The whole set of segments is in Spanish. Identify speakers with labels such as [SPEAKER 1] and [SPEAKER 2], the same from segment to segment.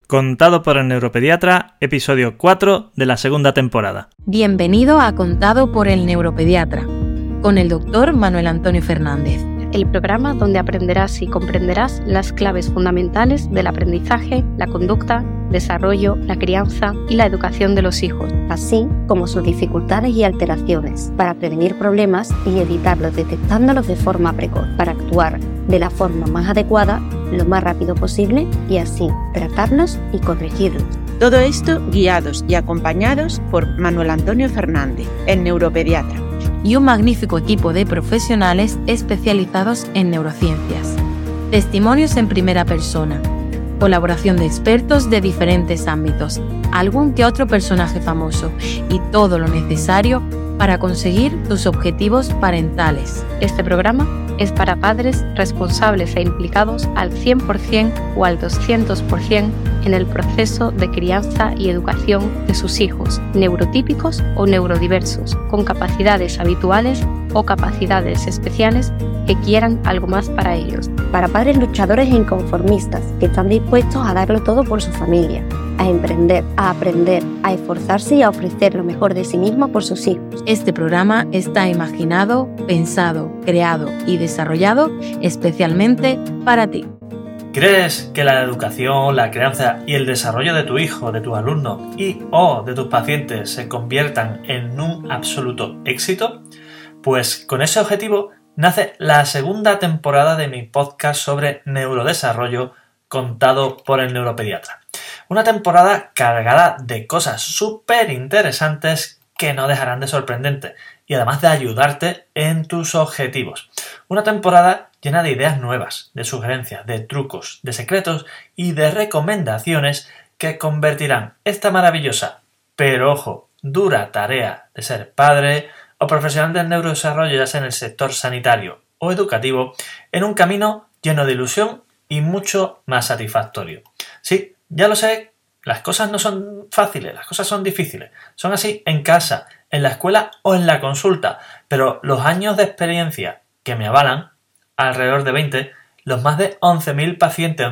[SPEAKER 1] Contado por el neuropediatra, episodio 4 de la segunda temporada.
[SPEAKER 2] Bienvenido a Contado por el neuropediatra, con el doctor Manuel Antonio Fernández.
[SPEAKER 3] El programa donde aprenderás y comprenderás las claves fundamentales del aprendizaje, la conducta, desarrollo, la crianza y la educación de los hijos,
[SPEAKER 4] así como sus dificultades y alteraciones, para prevenir problemas y evitarlos detectándolos de forma precoz, para actuar de la forma más adecuada, lo más rápido posible y así tratarlos y corregirlos.
[SPEAKER 5] Todo esto guiados y acompañados por Manuel Antonio Fernández, el neuropediatra.
[SPEAKER 2] Y un magnífico equipo de profesionales especializados en neurociencias. Testimonios en primera persona, colaboración de expertos de diferentes ámbitos, algún que otro personaje famoso y todo lo necesario para conseguir tus objetivos parentales.
[SPEAKER 3] Este programa es para padres responsables e implicados al 100% o al 200% en el proceso de crianza y educación de sus hijos, neurotípicos o neurodiversos, con capacidades habituales o capacidades especiales que quieran algo más para ellos.
[SPEAKER 4] Para padres luchadores e inconformistas que están dispuestos a darlo todo por su familia, a emprender, a aprender, a esforzarse y a ofrecer lo mejor de sí mismo por sus hijos.
[SPEAKER 2] Este programa está imaginado, pensado, creado y desarrollado especialmente para ti.
[SPEAKER 1] ¿Crees que la educación, la crianza y el desarrollo de tu hijo, de tus alumnos y o de tus pacientes se conviertan en un absoluto éxito? Pues con ese objetivo nace la segunda temporada de mi podcast sobre neurodesarrollo contado por el neuropediatra. Una temporada cargada de cosas súper interesantes que no dejarán de sorprenderte y además de ayudarte en tus objetivos. Una temporada llena de ideas nuevas, de sugerencias, de trucos, de secretos y de recomendaciones que convertirán esta maravillosa, pero ojo, dura tarea de ser padre o profesional del neurodesarrollo, ya sea en el sector sanitario o educativo, en un camino lleno de ilusión y mucho más satisfactorio. Sí, ya lo sé, las cosas no son fáciles, las cosas son difíciles. Son así en casa, en la escuela o en la consulta, pero los años de experiencia que me avalan, alrededor de 20, los más de 11.000 pacientes,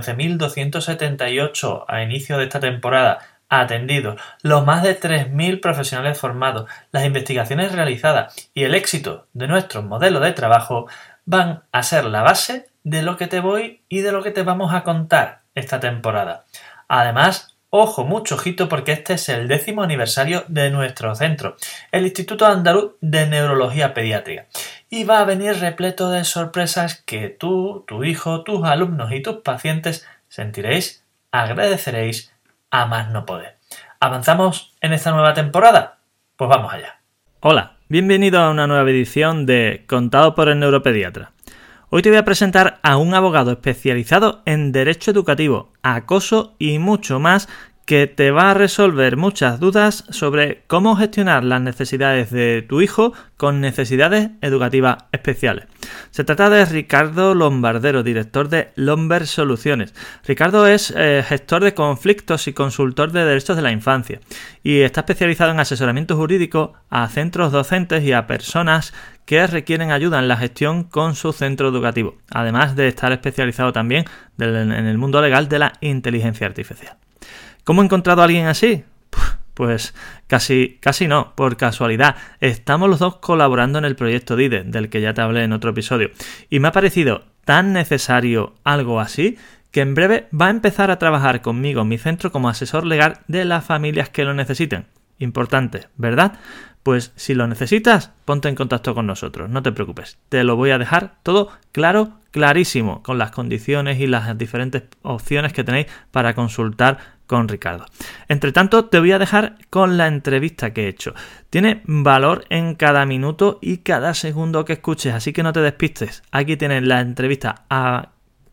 [SPEAKER 1] 11.278 a inicio de esta temporada atendidos, los más de 3.000 profesionales formados, las investigaciones realizadas y el éxito de nuestro modelo de trabajo van a ser la base de lo que te voy y de lo que te vamos a contar esta temporada. Además, ojo, mucho ojito, porque este es el 10º aniversario de nuestro centro, el Instituto Andaluz de Neurología Pediátrica. Y va a venir repleto de sorpresas que tú, tu hijo, tus alumnos y tus pacientes sentiréis, agradeceréis a más no poder. ¿Avanzamos en esta nueva temporada? Pues vamos allá. Hola, bienvenido a una nueva edición de Contado por el neuropediatra. Hoy te voy a presentar a un abogado especializado en Derecho Educativo, Acoso y mucho más, que te va a resolver muchas dudas sobre cómo gestionar las necesidades de tu hijo con necesidades educativas especiales. Se trata de Ricardo Lombardero, director de Lomber Soluciones. Ricardo es gestor de conflictos y consultor de derechos de la infancia y está especializado en asesoramiento jurídico a centros docentes y a personas que requieren ayuda en la gestión con su centro educativo, además de estar especializado también en el mundo legal de la inteligencia artificial. ¿Cómo he encontrado a alguien así? Pues casi no, por casualidad. Estamos los dos colaborando en el proyecto DIDE, del que ya te hablé en otro episodio, y me ha parecido tan necesario algo así que en breve va a empezar a trabajar conmigo en mi centro como asesor legal de las familias que lo necesiten. Importante, ¿verdad? Pues si lo necesitas, ponte en contacto con nosotros, no te preocupes. Te lo voy a dejar todo clarísimo, con las condiciones y las diferentes opciones que tenéis para consultar con Ricardo. Entre tanto, te voy a dejar con la entrevista que he hecho. Tiene valor en cada minuto y cada segundo que escuches, así que no te despistes. Aquí tienes la entrevista a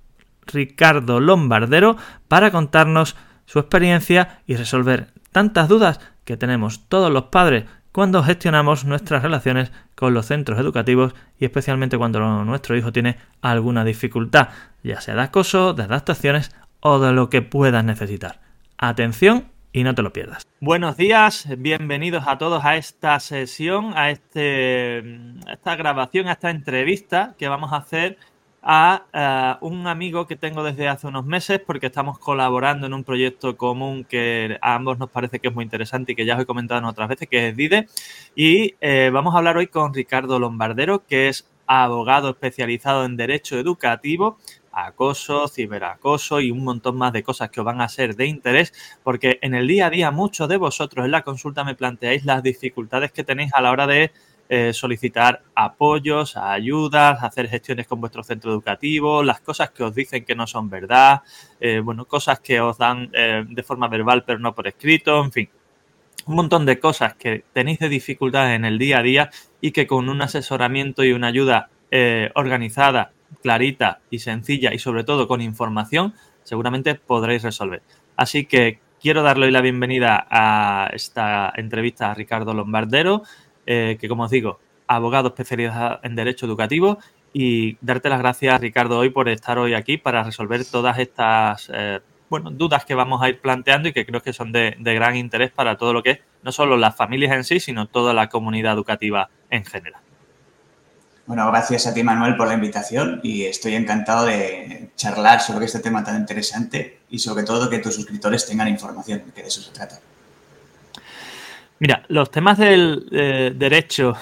[SPEAKER 1] Ricardo Lombardero para contarnos su experiencia y resolver tantas dudas que tenemos todos los padres cuando gestionamos nuestras relaciones con los centros educativos y especialmente cuando nuestro hijo tiene alguna dificultad, ya sea de acoso, de adaptaciones o de lo que puedas necesitar. Atención y no te lo pierdas. Buenos días, bienvenidos a todos a esta sesión, a esta grabación, a esta entrevista que vamos a hacer a un amigo que tengo desde hace unos meses porque estamos colaborando en un proyecto común que a ambos nos parece que es muy interesante y que ya os he comentado en otras veces, que es DIDE. Y vamos a hablar hoy con Ricardo Lombardero, que es abogado especializado en Derecho Educativo, acoso, ciberacoso y un montón más de cosas que os van a ser de interés, porque en el día a día muchos de vosotros en la consulta me planteáis las dificultades que tenéis a la hora de solicitar apoyos, ayudas, hacer gestiones con vuestro centro educativo, las cosas que os dicen que no son verdad, cosas que os dan de forma verbal pero no por escrito, en fin. Un montón de cosas que tenéis de dificultades en el día a día y que con un asesoramiento y una ayuda organizada, clarita y sencilla y sobre todo con información seguramente podréis resolver. Así que quiero darle hoy la bienvenida a esta entrevista a Ricardo Lombardero, que como os digo, abogado especializado en Derecho Educativo, y darte las gracias, Ricardo, hoy por estar hoy aquí para resolver todas estas dudas que vamos a ir planteando y que creo que son de gran interés para todo lo que es no solo las familias en sí, sino toda la comunidad educativa en general.
[SPEAKER 6] Bueno, gracias a ti, Manuel, por la invitación y estoy encantado de charlar sobre este tema tan interesante y sobre todo que tus suscriptores tengan información, que de eso se trata.
[SPEAKER 1] Mira, los temas del derecho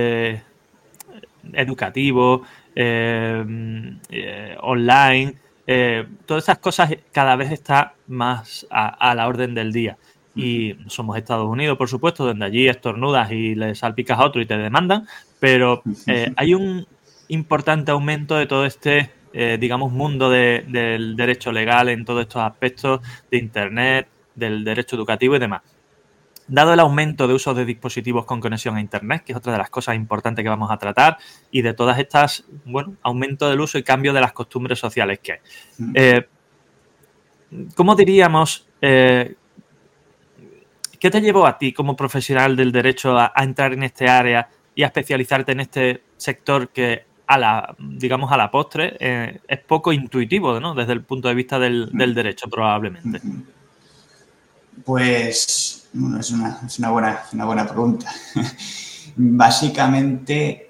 [SPEAKER 1] educativo, online, todas esas cosas cada vez está más a la orden del día. Y somos Estados Unidos, por supuesto, donde allí estornudas y le salpicas a otro y te demandan, pero hay un importante aumento de todo este, mundo del derecho legal en todos estos aspectos de Internet, del derecho educativo y demás. Dado el aumento de uso de dispositivos con conexión a Internet, que es otra de las cosas importantes que vamos a tratar, y de todas estas, aumento del uso y cambio de las costumbres sociales que hay. ¿Cómo diríamos, qué te llevó a ti como profesional del derecho a entrar en este área y a especializarte en este sector que a la postre es poco intuitivo, ¿no? Desde el punto de vista del derecho, probablemente?
[SPEAKER 6] Pues es una buena pregunta. Básicamente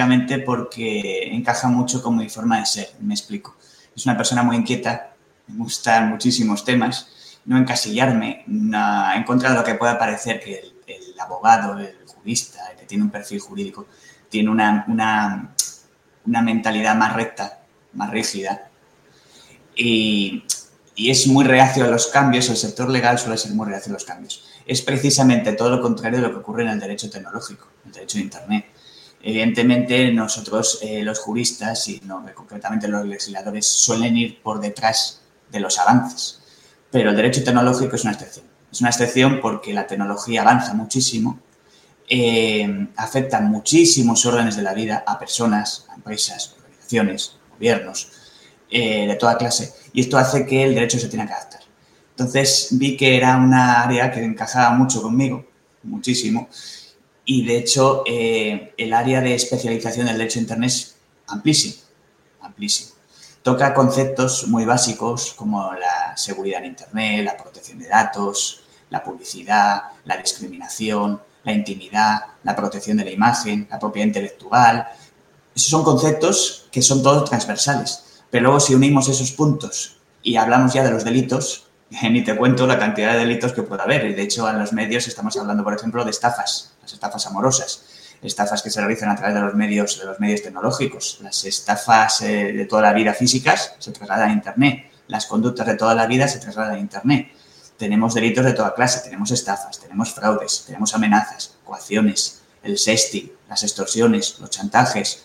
[SPEAKER 6] porque encaja mucho con mi forma de ser, me explico. Es una persona muy inquieta, me gustan muchísimos temas, no encasillarme, en contra de lo que pueda parecer que el abogado, el jurista, el que tiene un perfil jurídico, tiene una mentalidad más recta, más rígida y es muy reacio a los cambios. El sector legal suele ser muy reacio a los cambios. Es precisamente todo lo contrario de lo que ocurre en el derecho tecnológico, el derecho de Internet. Evidentemente, nosotros, los juristas y concretamente los legisladores, suelen ir por detrás de los avances. Pero el derecho tecnológico es una excepción. Es una excepción porque la tecnología avanza muchísimo, afecta muchísimos órdenes de la vida a personas, a empresas, organizaciones, gobiernos, de toda clase, y esto hace que el derecho se tenga que adaptar. Entonces vi que era una área que encajaba mucho conmigo, muchísimo, y de hecho el área de especialización del derecho de Internet es amplísimo. Toca conceptos muy básicos como la seguridad en Internet, la protección de datos, la publicidad, la discriminación, la intimidad, la protección de la imagen, la propiedad intelectual. Esos son conceptos que son todos transversales. Pero luego, si unimos esos puntos y hablamos ya de los delitos, ni te cuento la cantidad de delitos que puede haber. Y de hecho, en los medios estamos hablando, por ejemplo, de estafas, las estafas amorosas, estafas que se realizan a través de los medios tecnológicos, las estafas de toda la vida físicas se trasladan a Internet, las conductas de toda la vida se trasladan a Internet. Tenemos delitos de toda clase, tenemos estafas, tenemos fraudes, tenemos amenazas, coacciones, el sexting, las extorsiones, los chantajes.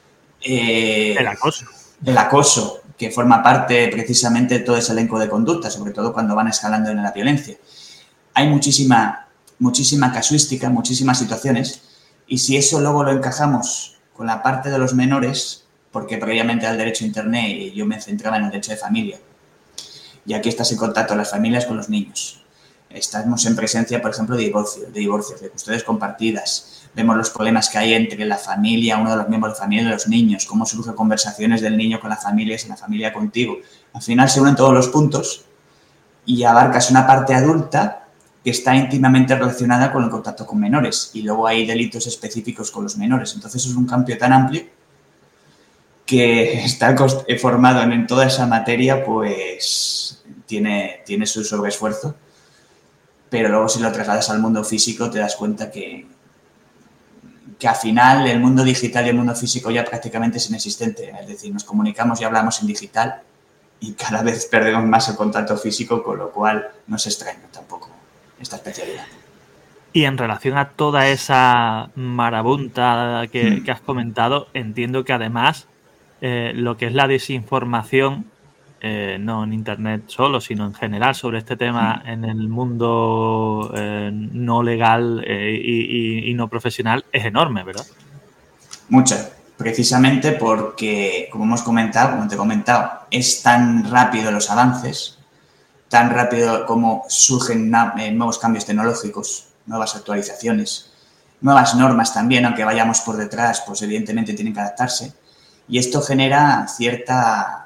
[SPEAKER 1] El
[SPEAKER 6] acoso, que forma parte precisamente de todo ese elenco de conductas, sobre todo cuando van escalando en la violencia. Hay muchísima casuística, muchísimas situaciones, y si eso luego lo encajamos con la parte de los menores, porque previamente al derecho a Internet yo me centraba en el derecho de familia, y aquí estás en contacto las familias con los niños. Estamos en presencia, por ejemplo, de divorcios, de custodias compartidas. Vemos los problemas que hay entre la familia, uno de los miembros de la familia y los niños, cómo surgen conversaciones del niño con la familia y la familia contigo. Al final se unen todos los puntos y abarcas una parte adulta que está íntimamente relacionada con el contacto con menores. Y luego hay delitos específicos con los menores. Entonces es un campo tan amplio que está formado en toda esa materia, pues tiene su sobreesfuerzo. Pero luego si lo trasladas al mundo físico te das cuenta que al final el mundo digital y el mundo físico ya prácticamente es inexistente. Es decir, nos comunicamos y hablamos en digital y cada vez perdemos más el contacto físico, con lo cual no es extraño tampoco esta especialidad.
[SPEAKER 1] Y en relación a toda esa marabunta que has comentado, entiendo que además lo que es la desinformación, no en Internet solo, sino en general sobre este tema en el mundo no legal y no profesional, es enorme, ¿verdad?
[SPEAKER 6] Mucho, precisamente porque, como te he comentado, es tan rápido los avances, tan rápido como surgen nuevos cambios tecnológicos, nuevas actualizaciones, nuevas normas también, aunque vayamos por detrás, pues evidentemente tienen que adaptarse. Y esto genera cierta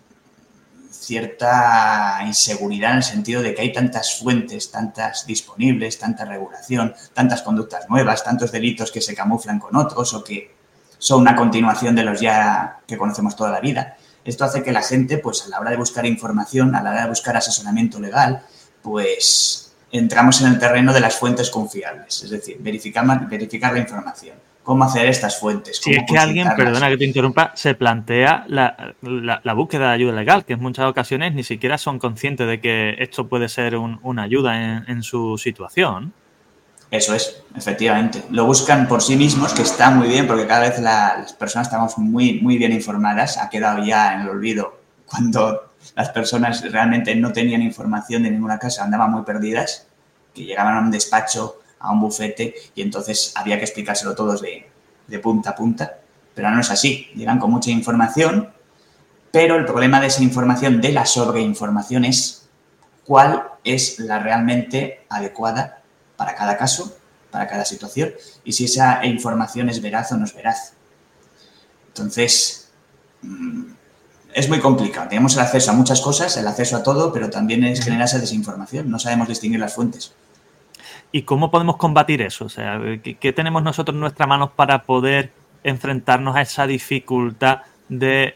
[SPEAKER 6] inseguridad en el sentido de que hay tantas fuentes, tantas disponibles, tanta regulación, tantas conductas nuevas, tantos delitos que se camuflan con otros o que son una continuación de los ya que conocemos toda la vida. Esto hace que la gente, pues a la hora de buscar información, a la hora de buscar asesoramiento legal, pues entramos en el terreno de las fuentes confiables, es decir, verificar la información. ¿Cómo hacer estas fuentes?
[SPEAKER 1] Si es que alguien, perdona que te interrumpa, se plantea la búsqueda de ayuda legal, que en muchas ocasiones ni siquiera son conscientes de que esto puede ser una ayuda en su situación.
[SPEAKER 6] Eso es, efectivamente. Lo buscan por sí mismos, que está muy bien, porque cada vez las personas estamos muy, muy bien informadas. Ha quedado ya en el olvido cuando las personas realmente no tenían información de ninguna casa, andaban muy perdidas, que llegaban a un despacho, a un bufete, y entonces había que explicárselo todos de punta a punta. Pero no es así. Llegan con mucha información, pero el problema de esa información, de la sobreinformación, es cuál es la realmente adecuada para cada caso, para cada situación, y si esa información es veraz o no es veraz. Entonces, es muy complicado. Tenemos el acceso a muchas cosas, el acceso a todo, pero también genera esa desinformación. No sabemos distinguir las fuentes.
[SPEAKER 1] ¿Y cómo podemos combatir eso? O sea, ¿qué tenemos nosotros en nuestras manos para poder enfrentarnos a esa dificultad de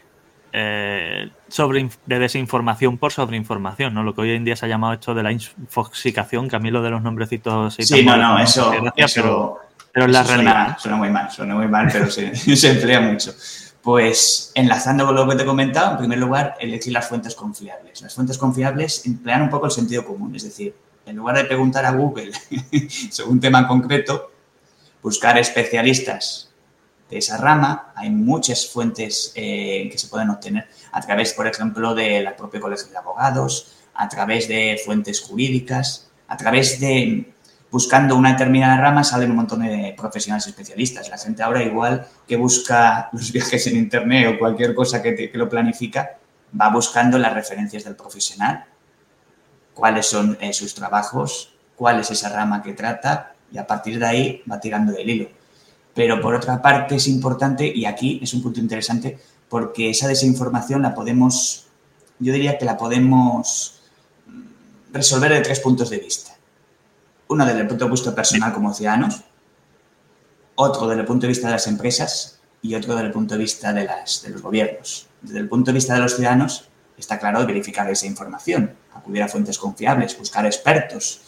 [SPEAKER 1] desinformación por sobreinformación, ¿no? Lo que hoy en día se ha llamado esto de la infoxicación, que a mí lo de los nombrecitos...
[SPEAKER 6] Sí, eso
[SPEAKER 1] pero la realidad...
[SPEAKER 6] Suena muy mal, pero se emplea mucho. Pues, enlazando con lo que te he comentado, en primer lugar, elegir las fuentes confiables. Las fuentes confiables emplean un poco el sentido común, es decir, en lugar de preguntar a Google sobre un tema en concreto, buscar especialistas de esa rama. Hay muchas fuentes que se pueden obtener a través, por ejemplo, de la propia Colegio de Abogados, a través de fuentes jurídicas, a través de... Buscando una determinada rama salen un montón de profesionales especialistas. La gente ahora, igual que busca los viajes en Internet o cualquier cosa que lo planifica, va buscando las referencias del profesional, cuáles son sus trabajos, cuál es esa rama que trata, y a partir de ahí va tirando del hilo. Pero por otra parte es importante, y aquí es un punto interesante, porque esa desinformación yo diría que la podemos resolver de 3 puntos de vista. Uno desde el punto de vista personal como ciudadanos, otro desde el punto de vista de las empresas y otro desde el punto de vista de los gobiernos. Desde el punto de vista de los ciudadanos está claro verificar esa información, acudir a fuentes confiables, buscar expertos,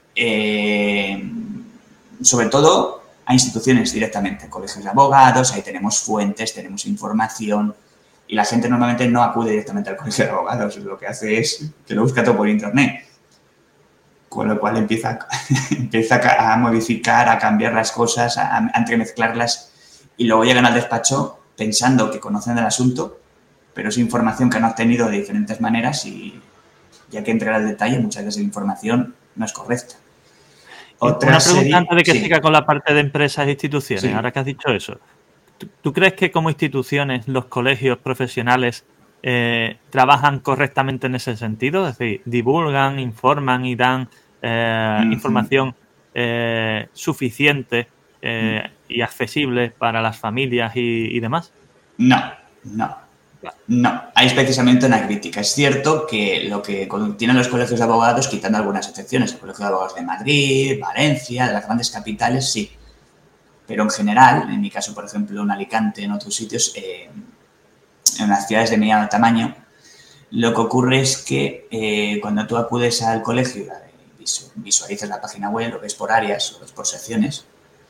[SPEAKER 6] sobre todo a instituciones directamente, colegios de abogados, ahí tenemos fuentes, tenemos información y la gente normalmente no acude directamente al colegio de abogados, lo que hace es que lo busca todo por Internet. Con lo cual empieza a modificar, a cambiar las cosas, a entremezclarlas y luego llegan al despacho pensando que conocen el asunto, pero es información que han obtenido de diferentes maneras y ya que entrar al detalle, muchas veces la información no es correcta.
[SPEAKER 1] Una pregunta antes de que siga con la parte de empresas e instituciones, sí. Ahora que has dicho eso. ¿Tú crees que como instituciones los colegios profesionales trabajan correctamente en ese sentido? Es decir, divulgan, informan y dan información suficiente y accesible para las familias y demás.
[SPEAKER 6] No. Ahí es precisamente una crítica. Es cierto que lo que tienen los colegios de abogados, quitando algunas excepciones, el Colegio de Abogados de Madrid, Valencia, de las grandes capitales, sí. Pero en general, en mi caso, por ejemplo, en Alicante, en otros sitios, en las ciudades de mediano tamaño, lo que ocurre es que cuando tú acudes al colegio, visualizas la página web, lo ves por áreas, lo ves por secciones,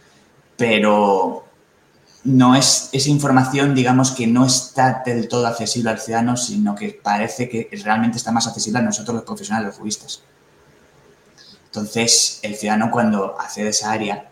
[SPEAKER 6] pero no es esa información, digamos, que no está del todo accesible al ciudadano, sino que parece que realmente está más accesible a nosotros los profesionales, los juristas. Entonces, el ciudadano cuando accede a esa área,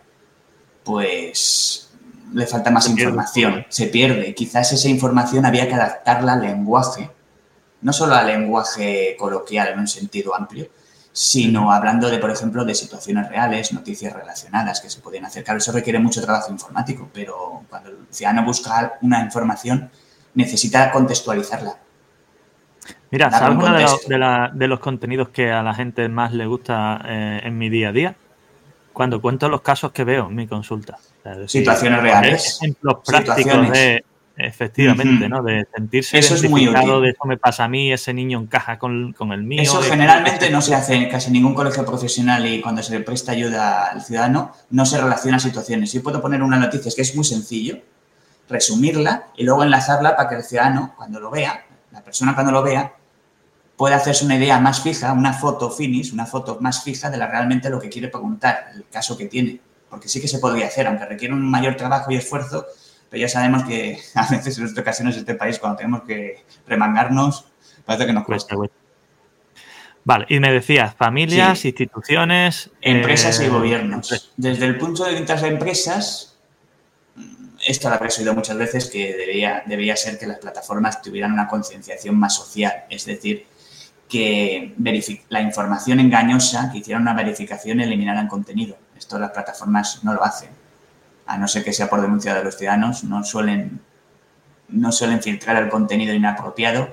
[SPEAKER 6] pues le falta más información, se pierde. Quizás esa información había que adaptarla al lenguaje, no solo al lenguaje coloquial en un sentido amplio, sino hablando de, por ejemplo, de situaciones reales, noticias relacionadas que se podían hacer. Claro, eso requiere mucho trabajo informático, pero cuando el ciudadano busca una información, necesita contextualizarla.
[SPEAKER 1] Mira, ¿sabes uno de los contenidos que a la gente más le gusta en mi día a día? Cuando cuento los casos que veo en mi consulta. Es decir,
[SPEAKER 6] situaciones reales.
[SPEAKER 1] Ejemplos prácticos de, efectivamente, ¿no? De sentirse
[SPEAKER 6] eso
[SPEAKER 1] identificado,
[SPEAKER 6] es muy útil.
[SPEAKER 1] de eso me pasa a mí, ese niño encaja con el mío.
[SPEAKER 6] Eso generalmente no se hace en casi ningún colegio profesional y cuando se le presta ayuda al ciudadano no se relaciona situaciones. Yo puedo poner una noticia, es que es muy sencillo, resumirla y luego enlazarla para que el ciudadano, cuando lo vea, la persona cuando lo vea, pueda hacerse una idea más fija, una foto finish, una foto más fija de realmente lo que quiere preguntar, el caso que tiene. Porque sí que se podría hacer, aunque requiere un mayor trabajo y esfuerzo, pero ya sabemos que a veces en nuestras ocasiones en este país, cuando tenemos que remangarnos, parece que nos cuesta.
[SPEAKER 1] Vale, y me decías, familias, sí, instituciones...
[SPEAKER 6] Empresas y gobiernos. Desde el punto de vista de las empresas, esto lo habréis oído muchas veces, que debería ser que las plataformas tuvieran una concienciación más social, es decir, que la información engañosa, que hicieran una verificación y eliminaran contenido. Esto las plataformas no lo hacen. A no ser que sea por denuncia de los ciudadanos, no suelen filtrar el contenido inapropiado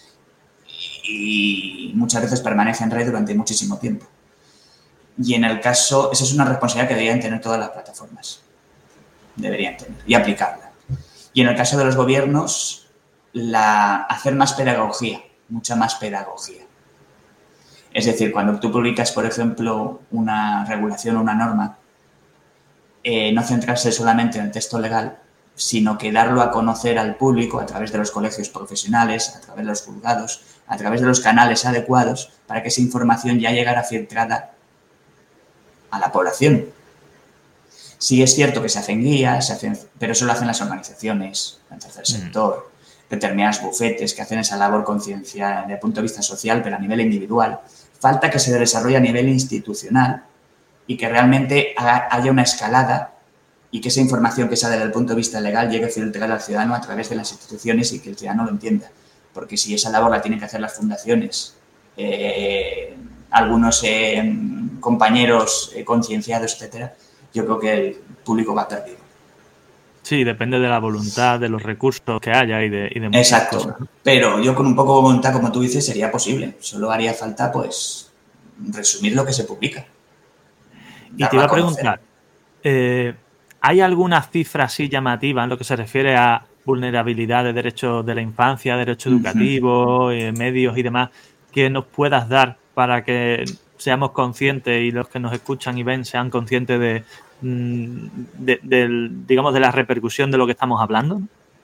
[SPEAKER 6] y muchas veces permanece en red durante muchísimo tiempo. Y en el caso, esa es una responsabilidad que deberían tener todas las plataformas. Deberían tener y aplicarla. Y en el caso de los gobiernos, hacer más pedagogía, mucha más pedagogía. Es decir, cuando tú publicas, por ejemplo, una regulación o una norma, no centrarse solamente en el texto legal, sino que darlo a conocer al público a través de los colegios profesionales, a través de los juzgados, a través de los canales adecuados, para que esa información ya llegara filtrada a la población. Sí es cierto que se hacen guías, pero eso lo hacen las organizaciones, el tercer sector, determinados bufetes que hacen esa labor conciencial desde el punto de vista social, pero a nivel individual. Falta que se desarrolle a nivel institucional y que realmente haya una escalada y que esa información que sale desde el punto de vista legal llegue filtrada al ciudadano a través de las instituciones y que el ciudadano lo entienda. Porque si esa labor la tienen que hacer las fundaciones, algunos compañeros concienciados, etcétera, yo creo que el público va perdido.
[SPEAKER 1] Sí, depende de la voluntad, de los recursos que haya y de muchas
[SPEAKER 6] Exacto.
[SPEAKER 1] cosas, ¿no?
[SPEAKER 6] Pero yo con un poco de voluntad, como tú dices, sería posible. Solo haría falta, pues, resumir lo que se publica.
[SPEAKER 1] Y te iba a preguntar, ¿hay alguna cifra así llamativa en lo que se refiere a vulnerabilidad de derechos de la infancia, derecho educativo, medios y demás, que nos puedas dar para que seamos conscientes y los que nos escuchan y ven sean conscientes de la repercusión de lo que estamos hablando?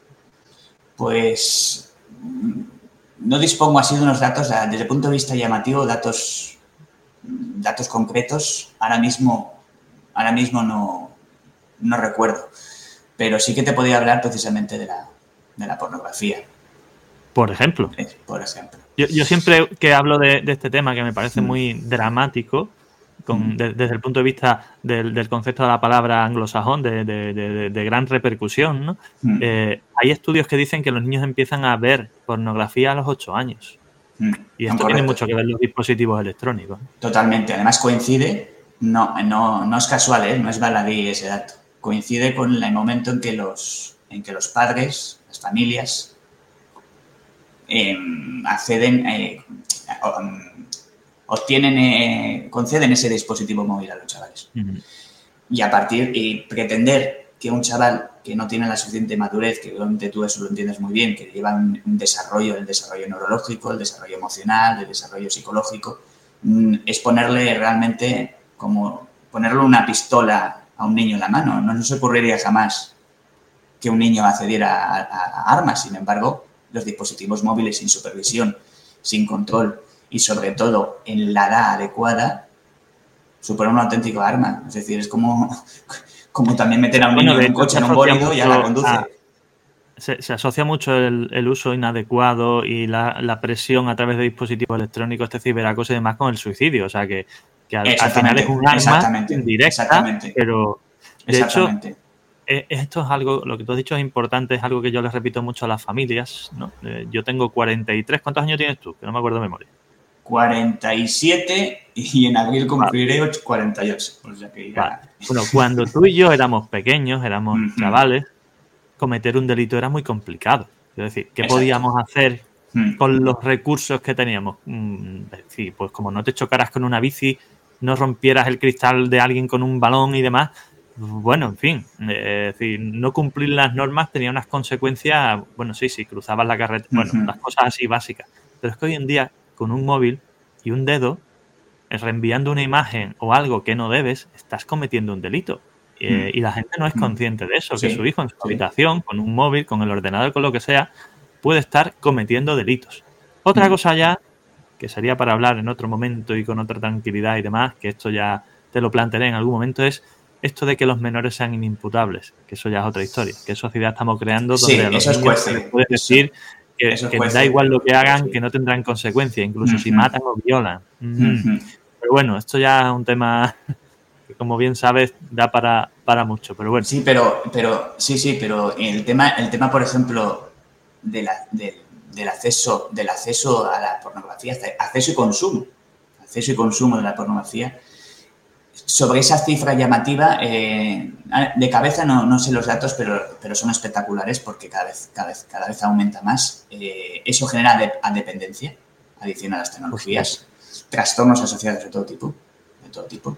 [SPEAKER 6] Pues no dispongo así de unos datos, desde el punto de vista llamativo, datos concretos, ahora mismo no recuerdo, pero sí que te podía hablar precisamente de la pornografía.
[SPEAKER 1] Por ejemplo.
[SPEAKER 6] Por ejemplo.
[SPEAKER 1] Yo siempre que hablo de este tema, que me parece muy dramático, desde el punto de vista del concepto de la palabra anglosajón, de gran repercusión, ¿no? Hay estudios que dicen que los niños empiezan a ver pornografía a los 8 años. Y esto tiene mucho que ver los dispositivos electrónicos.
[SPEAKER 6] Totalmente. Además coincide, no es casual, no es baladí ese dato. Coincide con el momento en que los padres, las familias, conceden ese dispositivo móvil a los chavales. Y pretender que un chaval que no tiene la suficiente madurez, que obviamente tú eso lo entiendes muy bien, que lleva un desarrollo, el desarrollo neurológico, el desarrollo emocional, el desarrollo psicológico, es ponerle realmente como ponerle una pistola a un niño en la mano. No se ocurriría jamás que un niño accediera a armas. Sin embargo, los dispositivos móviles sin supervisión, sin control y sobre todo en la edad adecuada, suponen un auténtico arma. Es decir, es como también meter a un niño en un coche, en un bólido y ya la conduce.
[SPEAKER 1] Se asocia mucho el uso inadecuado y la presión a través de dispositivos electrónicos, este ciberacoso y demás, con el suicidio. O sea, que al final es un arma indirecta, pero de hecho, esto es algo, lo que tú has dicho es importante, es algo que yo les repito mucho a las familias, ¿no? Yo tengo 43. ¿Cuántos años tienes tú? Que no me acuerdo de memoria.
[SPEAKER 6] 47 y en abril cumpliré 48. O sea que
[SPEAKER 1] vale. Bueno, cuando tú y yo éramos pequeños, éramos chavales, cometer un delito era muy complicado. Es decir, ¿qué podíamos hacer con los recursos que teníamos? Es decir, pues como no te chocaras con una bici, no rompieras el cristal de alguien con un balón y demás. Bueno, en fin, es decir, no cumplir las normas tenía unas consecuencias, bueno, sí, cruzabas la carretera, bueno, las cosas así básicas. Pero es que hoy en día, con un móvil y un dedo, reenviando una imagen o algo que no debes, estás cometiendo un delito. Y la gente no es consciente de eso, que su hijo en su habitación, con un móvil, con el ordenador, con lo que sea, puede estar cometiendo delitos. Otra cosa ya, que sería para hablar en otro momento y con otra tranquilidad y demás, que esto ya te lo plantearé en algún momento, es esto de que los menores sean inimputables, que eso ya es otra historia. ¿Qué sociedad estamos creando donde a los niños se les puede decir que da igual lo que hagan, que no tendrán consecuencias, incluso si matan o violan? Pero bueno, esto ya es un tema que, como bien sabes, da para mucho, pero bueno.
[SPEAKER 6] Sí, pero el tema, por ejemplo, del acceso a la pornografía, acceso y consumo de la pornografía, sobre esa cifra llamativa, de cabeza no sé los datos, pero son espectaculares porque cada vez aumenta más. Eso genera dependencia, adicción a las tecnologías, trastornos asociados de todo tipo.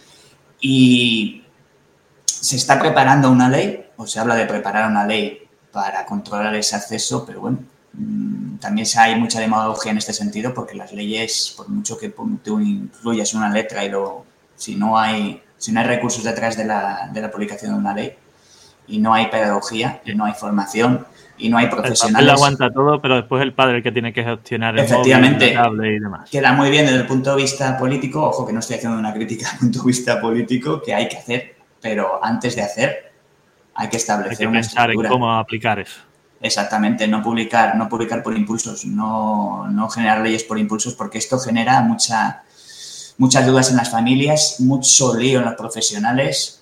[SPEAKER 6] Y se está preparando una ley, o se habla de preparar una ley para controlar ese acceso, pero bueno, también hay mucha demagogia en este sentido porque las leyes, por mucho que tú incluyas una letra y si no hay recursos detrás de la publicación de una ley y no hay pedagogía y no hay formación y no hay profesionales.
[SPEAKER 1] Él aguanta todo, pero después el padre el que tiene que gestionar el
[SPEAKER 6] efectivamente,
[SPEAKER 1] móvil, el cable y demás.
[SPEAKER 6] Queda muy bien desde el punto de vista político, ojo que no estoy haciendo una crítica desde el punto de vista político, que hay que hacer, pero antes de hacer hay que establecer una estructura.
[SPEAKER 1] Hay que pensar en cómo aplicar eso.
[SPEAKER 6] Exactamente, no publicar por impulsos, no generar leyes por impulsos, porque esto genera muchas dudas en las familias, mucho lío en los profesionales.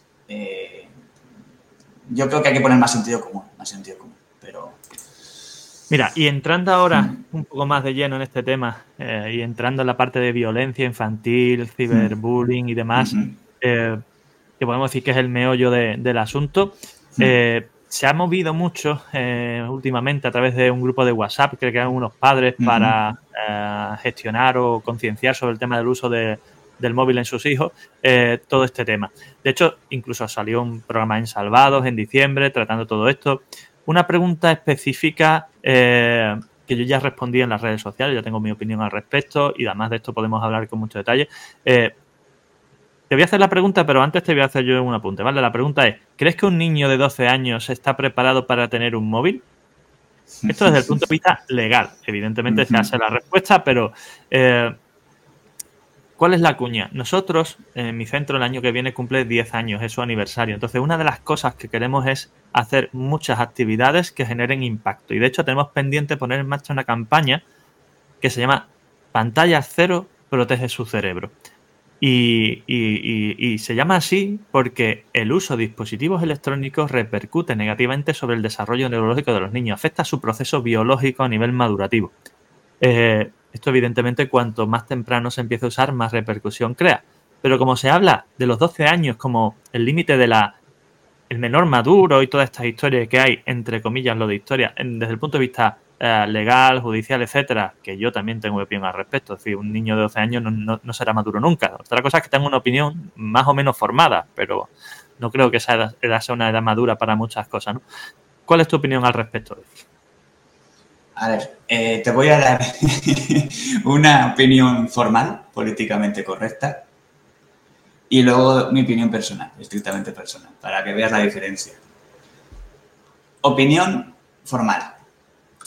[SPEAKER 6] Yo creo que hay que poner más sentido común, pero...
[SPEAKER 1] Mira, y entrando ahora un poco más de lleno en este tema y entrando en la parte de violencia infantil, ciberbullying y demás, que podemos decir que es el meollo del asunto, se ha movido mucho últimamente a través de un grupo de WhatsApp que crean unos padres para gestionar o concienciar sobre el tema del uso del móvil en sus hijos, todo este tema. De hecho, incluso salió un programa en Salvados en diciembre tratando todo esto. Una pregunta específica que yo ya respondí en las redes sociales, ya tengo mi opinión al respecto y además de esto podemos hablar con mucho detalle. Te voy a hacer la pregunta, pero antes te voy a hacer yo un apunte, ¿vale? La pregunta es, ¿crees que un niño de 12 años está preparado para tener un móvil? Esto desde el punto de vista legal. Evidentemente se hace la respuesta, pero ¿cuál es la cuña? Nosotros, en mi centro, el año que viene cumple 10 años, es su aniversario. Entonces, una de las cosas que queremos es hacer muchas actividades que generen impacto. Y de hecho, tenemos pendiente poner en marcha una campaña que se llama Pantallas Cero, protege su cerebro. Y se llama así porque el uso de dispositivos electrónicos repercute negativamente sobre el desarrollo neurológico de los niños, afecta su proceso biológico a nivel madurativo. Esto evidentemente cuanto más temprano se empieza a usar, más repercusión crea. Pero como se habla de los 12 años como el límite de el menor maduro y todas estas historias que hay, entre comillas lo de historia, desde el punto de vista legal, judicial, etcétera, que yo también tengo opinión al respecto. Es decir, un niño de 12 años no será maduro nunca. Otra cosa es que tenga una opinión más o menos formada, pero no creo que esa edad sea una edad madura para muchas cosas, ¿no? ¿Cuál es tu opinión al respecto?
[SPEAKER 6] A ver, te voy a dar una opinión formal, políticamente correcta, y luego mi opinión personal, estrictamente personal, para que veas la diferencia. Opinión formal.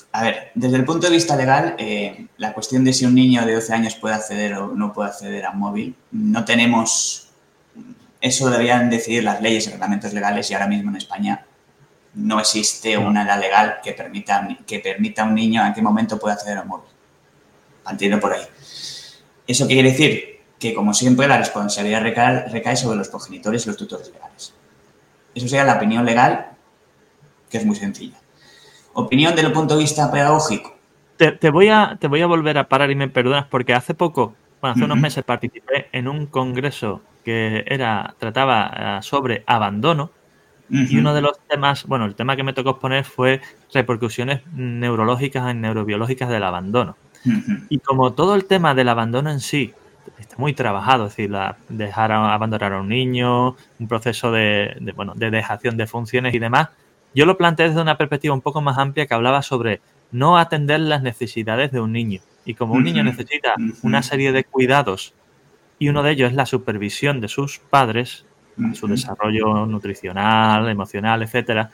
[SPEAKER 6] A ver, desde el punto de vista legal, la cuestión de si un niño de 12 años puede acceder o no puede acceder a un móvil, no tenemos... Eso deberían decidir las leyes y reglamentos legales y ahora mismo en España no existe una edad legal que permita a un niño en qué momento puede acceder a un móvil. Partiendo por ahí. ¿Eso qué quiere decir? Que, como siempre, la responsabilidad recae sobre los progenitores y los tutores legales. Eso sería la opinión legal, que es muy sencilla. Opinión desde el punto de vista pedagógico.
[SPEAKER 1] Te voy a volver a parar y me perdonas porque hace unos meses participé en un congreso que trataba sobre abandono y uno de los temas, el tema que me tocó exponer fue repercusiones neurológicas y neurobiológicas del abandono. Y como todo el tema del abandono en sí está muy trabajado, es decir, abandonar a un niño, un proceso de dejación de funciones y demás, yo lo planteé desde una perspectiva un poco más amplia que hablaba sobre no atender las necesidades de un niño. Y como un niño necesita una serie de cuidados y uno de ellos es la supervisión de sus padres, su desarrollo nutricional, emocional, etcétera,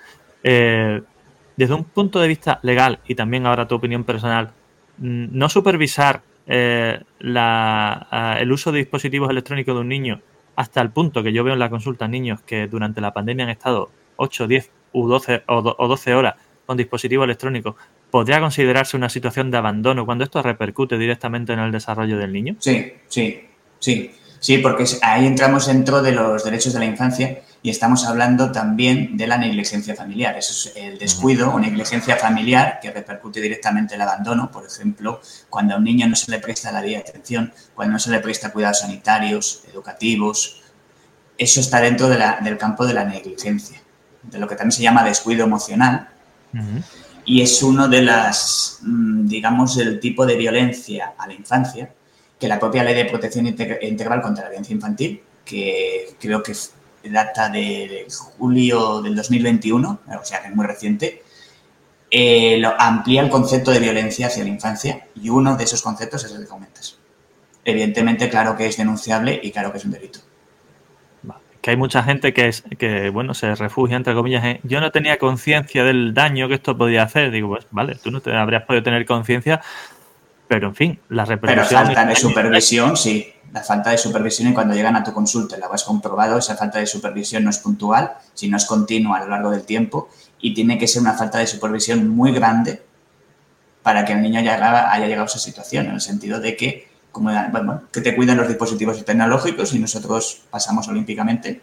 [SPEAKER 1] desde un punto de vista legal y también ahora tu opinión personal, no supervisar el uso de dispositivos electrónicos de un niño hasta el punto que yo veo en la consulta niños que durante la pandemia han estado 8, 10 o 12 horas con dispositivos electrónicos, ¿podría considerarse una situación de abandono cuando esto repercute directamente en el desarrollo del niño?
[SPEAKER 6] Sí, porque ahí entramos dentro de los derechos de la infancia y estamos hablando también de la negligencia familiar. Eso es el descuido o negligencia familiar que repercute directamente en el abandono. Por ejemplo, cuando a un niño no se le presta la debida atención, cuando no se le presta cuidados sanitarios, educativos. Eso está dentro del campo de la negligencia, de lo que también se llama descuido emocional. Y es uno de del tipo de violencia a la infancia que la propia Ley de Protección Integral contra la Violencia Infantil, que creo que data de julio del 2021, o sea que es muy reciente, amplía el concepto de violencia hacia la infancia y uno de esos conceptos es el que comentas. Evidentemente, claro que es denunciable y claro que es un delito.
[SPEAKER 1] Que hay mucha gente que se refugia, entre comillas, yo no tenía conciencia del daño que esto podía hacer. Digo, pues vale, tú no habrías podido tener conciencia, pero en fin, la repercusión...
[SPEAKER 6] Pero falta de supervisión, sí. La falta de supervisión y cuando llegan a tu consulta, lo has comprobado, esa falta de supervisión no es puntual, sino es continua a lo largo del tiempo y tiene que ser una falta de supervisión muy grande para que el niño haya llegado a esa situación, en el sentido de que que te cuidan los dispositivos tecnológicos y nosotros pasamos olímpicamente.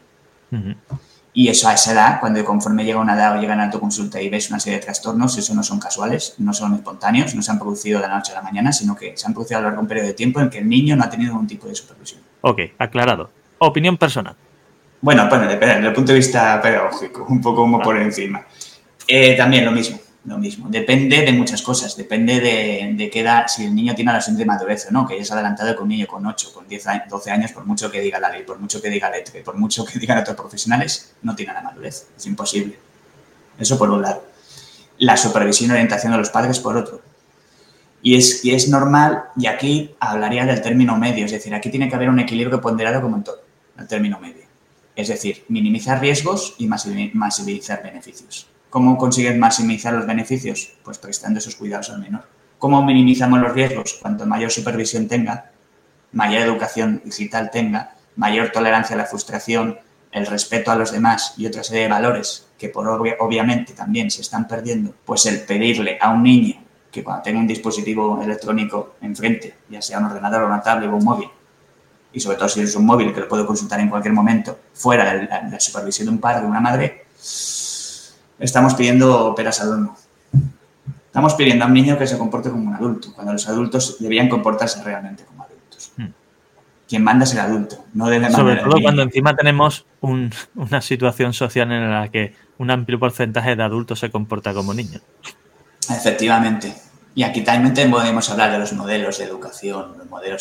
[SPEAKER 6] Y eso a esa edad, cuando conforme llega una edad o llegan a tu consulta y ves una serie de trastornos, eso no son casuales, no son espontáneos, no se han producido de la noche a la mañana, sino que se han producido a lo largo de un periodo de tiempo en que el niño no ha tenido ningún tipo de supervisión.
[SPEAKER 1] Ok, aclarado. Opinión personal.
[SPEAKER 6] Bueno, desde el punto de vista pedagógico, un poco como por encima. También lo mismo. Depende de muchas cosas. Depende de qué edad, si el niño tiene la siguiente madurez o no, que ya es adelantado que un niño con 8, con 10, 12 años, por mucho que diga la ley, por mucho que diga la ETRE, por mucho que digan otros profesionales, no tiene la madurez. Es imposible. Eso por un lado. La supervisión y orientación de los padres por otro. Y es normal, y aquí hablaría del término medio, es decir, aquí tiene que haber un equilibrio ponderado como en todo, el término medio. Es decir, minimizar riesgos y maximizar beneficios. ¿Cómo consigues maximizar los beneficios? Pues prestando esos cuidados al menor. ¿Cómo minimizamos los riesgos? Cuanto mayor supervisión tenga, mayor educación digital tenga, mayor tolerancia a la frustración, el respeto a los demás y otra serie de valores que obviamente también se están perdiendo, pues el pedirle a un niño que cuando tenga un dispositivo electrónico enfrente, ya sea un ordenador o una tablet o un móvil, y sobre todo si es un móvil que lo puedo consultar en cualquier momento, fuera de la supervisión de un padre o de una madre, estamos pidiendo peras al olmo. Estamos pidiendo a un niño que se comporte como un adulto, cuando los adultos debían comportarse realmente como adultos. Quien manda es el adulto, no debe mandar
[SPEAKER 1] sobre
[SPEAKER 6] el
[SPEAKER 1] todo
[SPEAKER 6] niño.
[SPEAKER 1] Cuando encima tenemos una situación social en la que un amplio porcentaje de adultos se comporta como niños.
[SPEAKER 6] Efectivamente. Y aquí también podemos hablar de los modelos de educación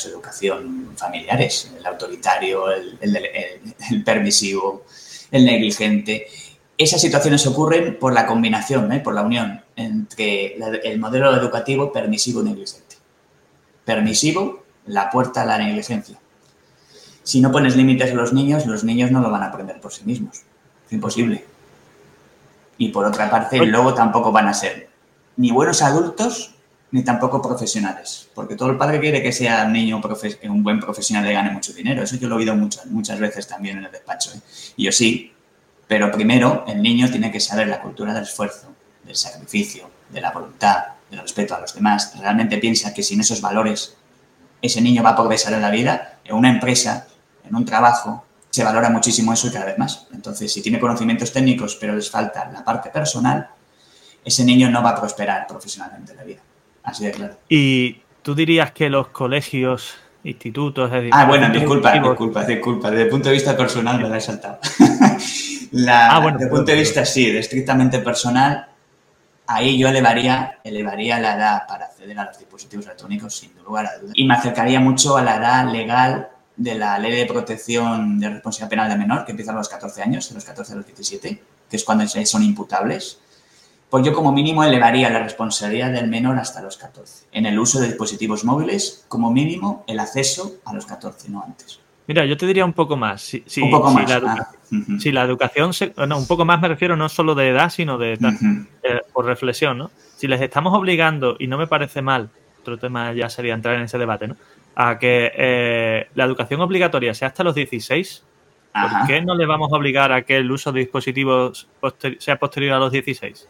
[SPEAKER 6] familiares, el autoritario, el permisivo, el negligente. Esas situaciones ocurren por la combinación, por la unión entre el modelo educativo permisivo y negligente. Permisivo, la puerta a la negligencia. Si no pones límites a los niños no lo van a aprender por sí mismos. Es imposible. Y por otra parte, luego tampoco van a ser ni buenos adultos ni tampoco profesionales. Porque todo el padre quiere que sea un niño un buen profesional y gane mucho dinero. Eso yo lo he oído muchas veces también en el despacho. Y yo sí, pero primero el niño tiene que saber la cultura del esfuerzo, del sacrificio, de la voluntad, del respeto a los demás. Realmente piensa que sin esos valores ese niño va a progresar en la vida, en una empresa, en un trabajo. Se valora muchísimo eso y cada vez más. Entonces, si tiene conocimientos técnicos pero les falta la parte personal, ese niño no va a prosperar profesionalmente en la vida. Así de claro.
[SPEAKER 1] ¿Y tú dirías que los colegios, institutos...
[SPEAKER 6] bueno, disculpa. Desde el punto de vista personal me la he saltado. Desde el punto de vista, sí, de estrictamente personal, ahí yo elevaría la edad para acceder a los dispositivos electrónicos, sin lugar a dudas. Y me acercaría mucho a la edad legal de la Ley de Protección de Responsabilidad Penal del Menor, que empieza a los 14 años, de los 14 a los 17, que es cuando son imputables. Pues yo como mínimo elevaría la responsabilidad del menor hasta los 14. En el uso de dispositivos móviles, como mínimo, el acceso a los 14, no antes.
[SPEAKER 1] Mira, yo te diría un poco más.
[SPEAKER 6] Un poco más.
[SPEAKER 1] Si la educación... un poco más me refiero no solo de edad, sino de por reflexión, ¿no? Si les estamos obligando, y no me parece mal, otro tema ya sería entrar en ese debate, ¿no? A que la educación obligatoria sea hasta los 16, ¿por qué no le vamos a obligar a que el uso de dispositivos sea posterior a los 16?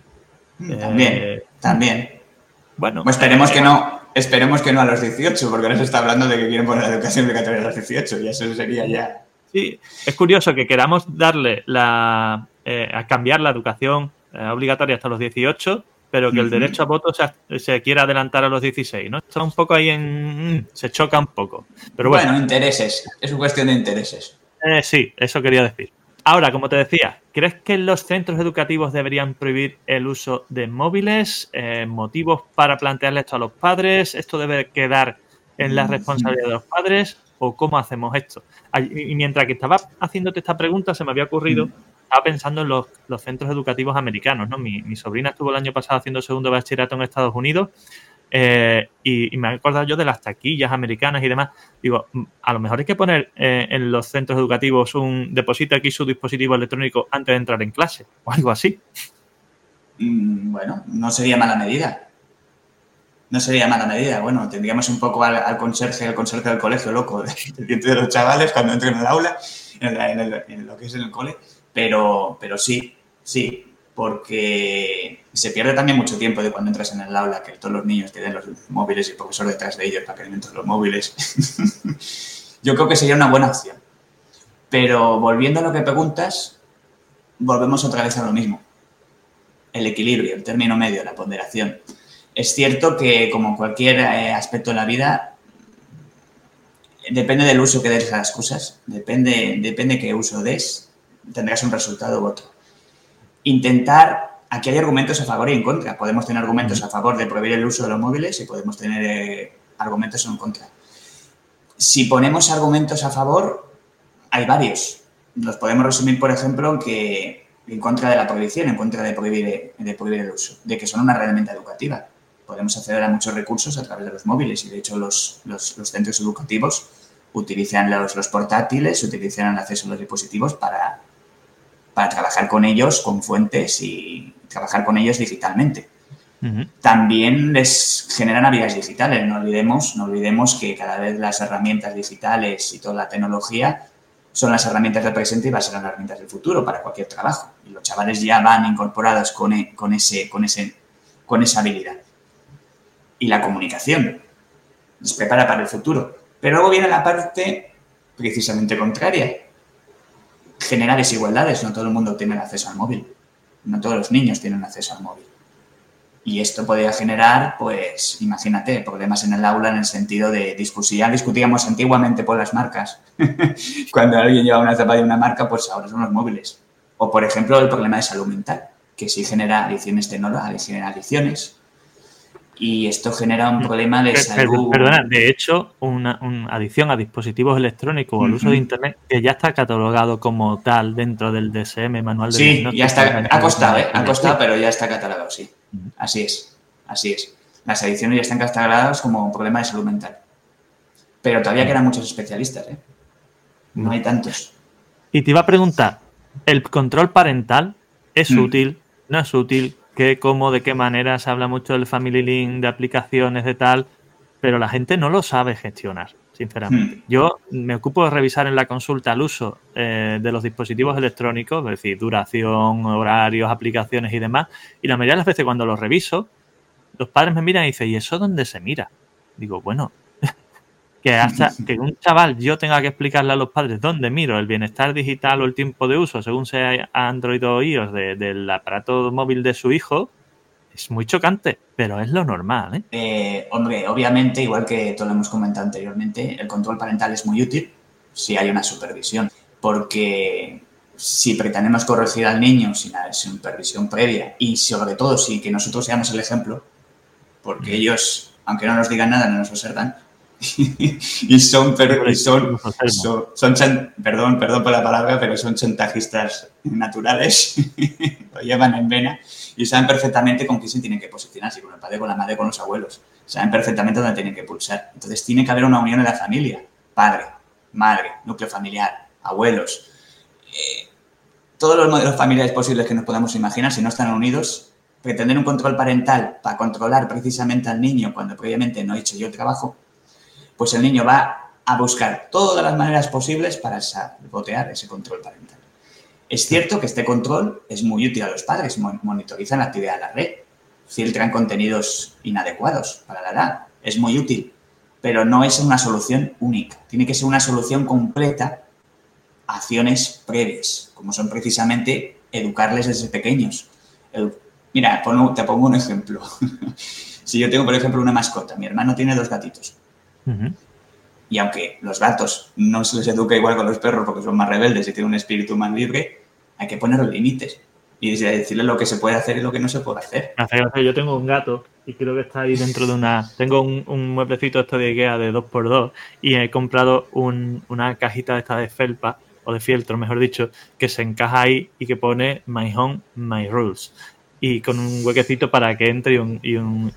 [SPEAKER 6] También.
[SPEAKER 1] Bueno,
[SPEAKER 6] pues esperemos que no a los 18, porque ahora se está hablando de que quieren poner la educación obligatoria a los 18 y eso sería ya...
[SPEAKER 1] Sí, es curioso que queramos darle a cambiar la educación obligatoria hasta los 18, pero que el derecho a voto se quiera adelantar a los 16, ¿no? Está un poco ahí se choca un poco. Pero bueno,
[SPEAKER 6] intereses. Es una cuestión de intereses.
[SPEAKER 1] Sí, eso quería decir. Ahora, como te decía, ¿crees que los centros educativos deberían prohibir el uso de móviles? ¿Motivos para plantearle esto a los padres? ¿Esto debe quedar en la responsabilidad de los padres? ¿O cómo hacemos esto? Y mientras que estaba haciéndote esta pregunta, se me había ocurrido, estaba pensando en los centros educativos americanos, ¿no? Mi sobrina estuvo el año pasado haciendo segundo bachillerato en Estados Unidos y me he acordado yo de las taquillas americanas y demás. Digo, a lo mejor hay que poner en los centros educativos deposita aquí su dispositivo electrónico antes de entrar en clase o algo así.
[SPEAKER 6] Bueno, no sería mala medida. Bueno, tendríamos un poco al conserje del colegio loco de los chavales cuando entren en el aula, en lo que es en el cole, pero sí, porque se pierde también mucho tiempo de cuando entras en el aula, que todos los niños tienen los móviles y el profesor detrás de ellos para que alimenten los móviles. Yo creo que sería una buena opción. Pero volviendo a lo que preguntas, volvemos otra vez a lo mismo. El equilibrio, el término medio, la ponderación. Es cierto que, como cualquier aspecto de la vida, depende del uso que des a las cosas, depende qué uso des, tendrás un resultado u otro. Aquí hay argumentos a favor y en contra. Podemos tener argumentos a favor de prohibir el uso de los móviles y podemos tener argumentos en contra. Si ponemos argumentos a favor, hay varios. Los podemos resumir, por ejemplo, en contra de la prohibición, en contra de prohibir el uso, de que son una herramienta educativa. Podemos acceder a muchos recursos a través de los móviles y, de hecho, los centros educativos utilizan los portátiles, utilizan el acceso a los dispositivos para trabajar con ellos con fuentes y trabajar con ellos digitalmente. También les generan habilidades digitales. No olvidemos que cada vez las herramientas digitales y toda la tecnología son las herramientas del presente y van a ser las herramientas del futuro para cualquier trabajo. Y los chavales ya van incorporados con esa habilidad. Y la comunicación les prepara para el futuro. Pero luego viene la parte precisamente contraria. Genera desigualdades. No todo el mundo tiene acceso al móvil. No todos los niños tienen acceso al móvil. Y esto podría generar, pues, imagínate, problemas en el aula en el sentido de discusión. Discutíamos antiguamente por las marcas. Cuando alguien llevaba una zapatilla de una marca, pues ahora son los móviles. O, por ejemplo, el problema de salud mental, que sí genera adicciones tecnológicas, genera adicciones. Y esto genera un problema de salud.
[SPEAKER 1] Perdona, de hecho, una adicción a dispositivos electrónicos o al uso de Internet que ya está catalogado como tal dentro del DSM, manual de
[SPEAKER 6] diagnóstico. Sí, ya está. Ha costado, pero ya está catalogado, sí. Así es. Las adicciones ya están catalogadas como un problema de salud mental. Pero todavía quedan muchos especialistas, ¿eh? No hay tantos.
[SPEAKER 1] Y te iba a preguntar, ¿el control parental es útil? ¿No es útil? qué, cómo, de qué manera. Se habla mucho del Family Link, de aplicaciones, de tal, pero la gente no lo sabe gestionar, sinceramente. Yo me ocupo de revisar en la consulta el uso de los dispositivos electrónicos, es decir, duración, horarios, aplicaciones y demás, y la mayoría de las veces cuando los reviso, los padres me miran y dicen, ¿y eso dónde se mira? Digo, bueno, que hasta que un chaval yo tenga que explicarle a los padres dónde miro el bienestar digital o el tiempo de uso, según sea Android o iOS, del aparato móvil de su hijo, es muy chocante, pero es lo normal, ¿eh?
[SPEAKER 6] Hombre, obviamente, igual que todo lo hemos comentado anteriormente, el control parental es muy útil si hay una supervisión, porque si pretendemos corregir al niño sin la supervisión previa y sobre todo si que nosotros seamos el ejemplo, porque ellos, aunque no nos digan nada, no nos observan, y son perdón por la palabra, pero son chantajistas naturales, lo llevan en vena y saben perfectamente con quién se tienen que posicionar, si con el padre, con la madre, con los abuelos, saben perfectamente dónde tienen que pulsar. Entonces tiene que haber una unión en la familia, padre, madre, núcleo familiar, abuelos, todos los modelos familiares posibles que nos podamos imaginar, si no están unidos, pretender un control parental para controlar precisamente al niño cuando previamente no he hecho yo el trabajo, pues el niño va a buscar todas las maneras posibles para sabotear ese control parental. Es cierto que este control es muy útil a los padres, monitorizan la actividad de la red, filtran contenidos inadecuados para la edad, es muy útil, pero no es una solución única, tiene que ser una solución completa a acciones previas, como son precisamente educarles desde pequeños. Mira, te pongo un ejemplo. Si yo tengo, por ejemplo, una mascota, mi hermano tiene 2 gatitos. Y aunque los gatos no se les educa igual con los perros porque son más rebeldes y tienen un espíritu más libre, hay que poner los límites y decirles lo que se puede hacer y lo que no se puede hacer.
[SPEAKER 1] Yo tengo un gato y creo que está ahí dentro de una... Tengo un mueblecito esto de Ikea de 2x2 y he comprado una cajita de esta de felpa, o de fieltro, mejor dicho, que se encaja ahí y que pone My Home, My Rules. Y con un huequecito para que entre y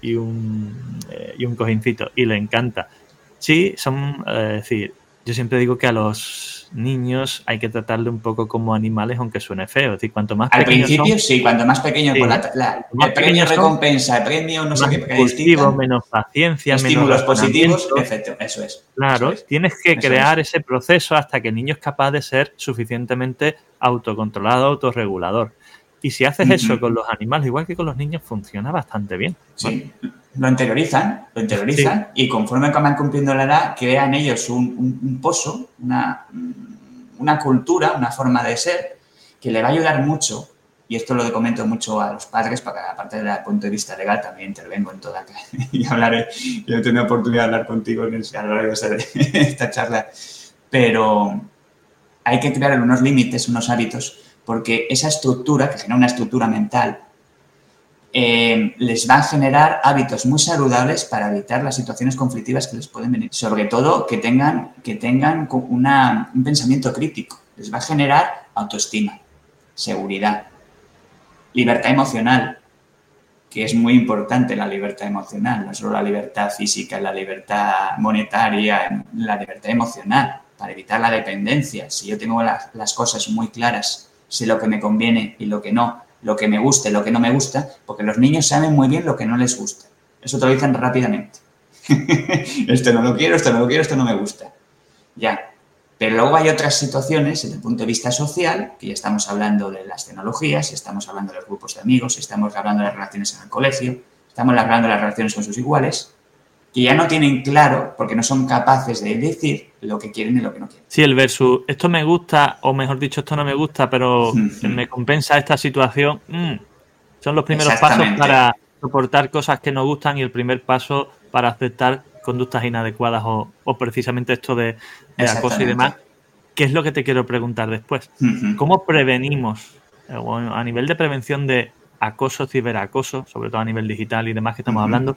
[SPEAKER 1] un cojincito. Y le encanta. Sí, es decir, yo siempre digo que a los niños hay que tratarle un poco como animales, aunque suene feo. Es decir, cuanto más
[SPEAKER 6] al
[SPEAKER 1] pequeños
[SPEAKER 6] principio
[SPEAKER 1] son,
[SPEAKER 6] sí, cuanto más pequeños, sí, el premio recompensa, el premio no sé qué,
[SPEAKER 1] distinto, menos paciencia,
[SPEAKER 6] estímulos positivos, efecto, eso es.
[SPEAKER 1] Claro,
[SPEAKER 6] eso es.
[SPEAKER 1] Tienes que crear ese proceso hasta que el niño es capaz de ser suficientemente autocontrolado, autorregulador. Y si haces eso con los animales, igual que con los niños, funciona bastante bien.
[SPEAKER 6] Sí, lo interiorizan sí. Y conforme van cumpliendo la edad, crean ellos un pozo, una cultura, una forma de ser que le va a ayudar mucho, y esto lo comento mucho a los padres, para que aparte desde el punto de vista legal también intervengo en toda y hablaré, yo he tenido la oportunidad de hablar contigo a lo largo de esta charla, pero hay que crear unos límites, unos hábitos, porque esa estructura, que genera una estructura mental, les va a generar hábitos muy saludables para evitar las situaciones conflictivas que les pueden venir. Sobre todo que tengan un pensamiento crítico. Les va a generar autoestima, seguridad, libertad emocional, que es muy importante la libertad emocional, no solo la libertad física, la libertad monetaria, la libertad emocional, para evitar la dependencia. Si yo tengo las cosas muy claras, sé lo que me conviene y lo que no, lo que me gusta y lo que no me gusta, porque los niños saben muy bien lo que no les gusta. Eso te lo dicen rápidamente. Esto no lo quiero, esto no lo quiero, esto no me gusta. Ya. Pero luego hay otras situaciones, desde el punto de vista social, que ya estamos hablando de las tecnologías, estamos hablando de los grupos de amigos, estamos hablando de las relaciones en el colegio, estamos hablando de las relaciones con sus iguales, que ya no tienen claro, porque no son capaces de decir lo que quieren y lo que no quieren.
[SPEAKER 1] Sí, el versus, esto me gusta, o mejor dicho, esto no me gusta, pero me compensa esta situación. Son los primeros pasos para soportar cosas que nos gustan y el primer paso para aceptar conductas inadecuadas o precisamente esto de acoso y demás. ¿Qué es lo que te quiero preguntar después? ¿Cómo prevenimos, a nivel de prevención de acoso, ciberacoso, sobre todo a nivel digital y demás que estamos hablando,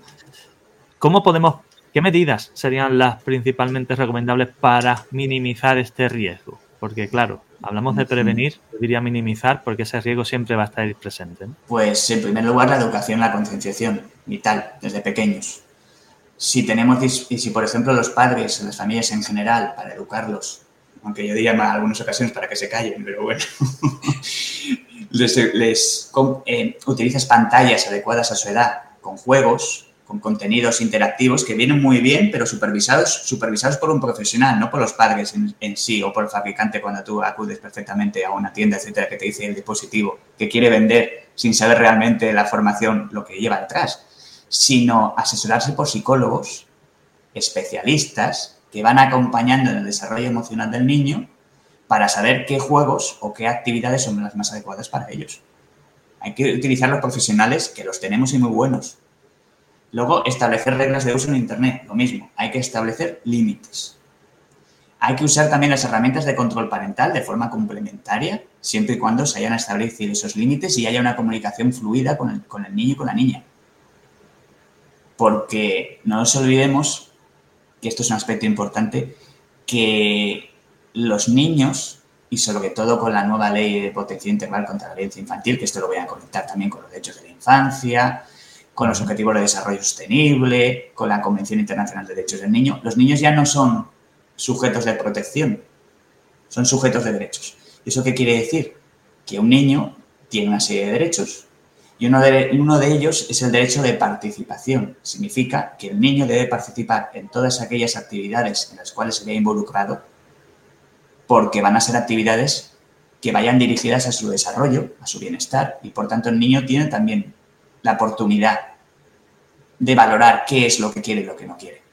[SPEAKER 1] qué medidas serían las principalmente recomendables para minimizar este riesgo? Porque, claro, hablamos de prevenir, yo diría minimizar, porque ese riesgo siempre va a estar presente, ¿no?
[SPEAKER 6] Pues, en primer lugar, la educación, la concienciación vital, desde pequeños. Si, por ejemplo, los padres, las familias en general, para educarlos, aunque yo diría en algunas ocasiones para que se callen, pero bueno, utilizas pantallas adecuadas a su edad, con juegos, con contenidos interactivos que vienen muy bien, pero supervisados por un profesional, no por los padres en sí o por el fabricante cuando tú acudes perfectamente a una tienda, etcétera, que te dice el dispositivo que quiere vender sin saber realmente la formación, lo que lleva detrás, sino asesorarse por psicólogos, especialistas que van acompañando en el desarrollo emocional del niño para saber qué juegos o qué actividades son las más adecuadas para ellos. Hay que utilizar los profesionales, que los tenemos y muy buenos. Luego, establecer reglas de uso en Internet, lo mismo. Hay que establecer límites. Hay que usar también las herramientas de control parental de forma complementaria, siempre y cuando se hayan establecido esos límites y haya una comunicación fluida con el niño y con la niña. Porque no nos olvidemos, que esto es un aspecto importante, que los niños, y sobre todo con la nueva ley de protección integral contra la violencia infantil, que esto lo voy a conectar también con los derechos de la infancia, con los objetivos de desarrollo sostenible, con la Convención Internacional de Derechos del Niño, los niños ya no son sujetos de protección, son sujetos de derechos. ¿Eso qué quiere decir? Que un niño tiene una serie de derechos y uno de ellos es el derecho de participación. Significa que el niño debe participar en todas aquellas actividades en las cuales se vea involucrado, porque van a ser actividades que vayan dirigidas a su desarrollo, a su bienestar, y por tanto el niño tiene también la oportunidad de valorar qué es lo que quiere y lo que no quiere.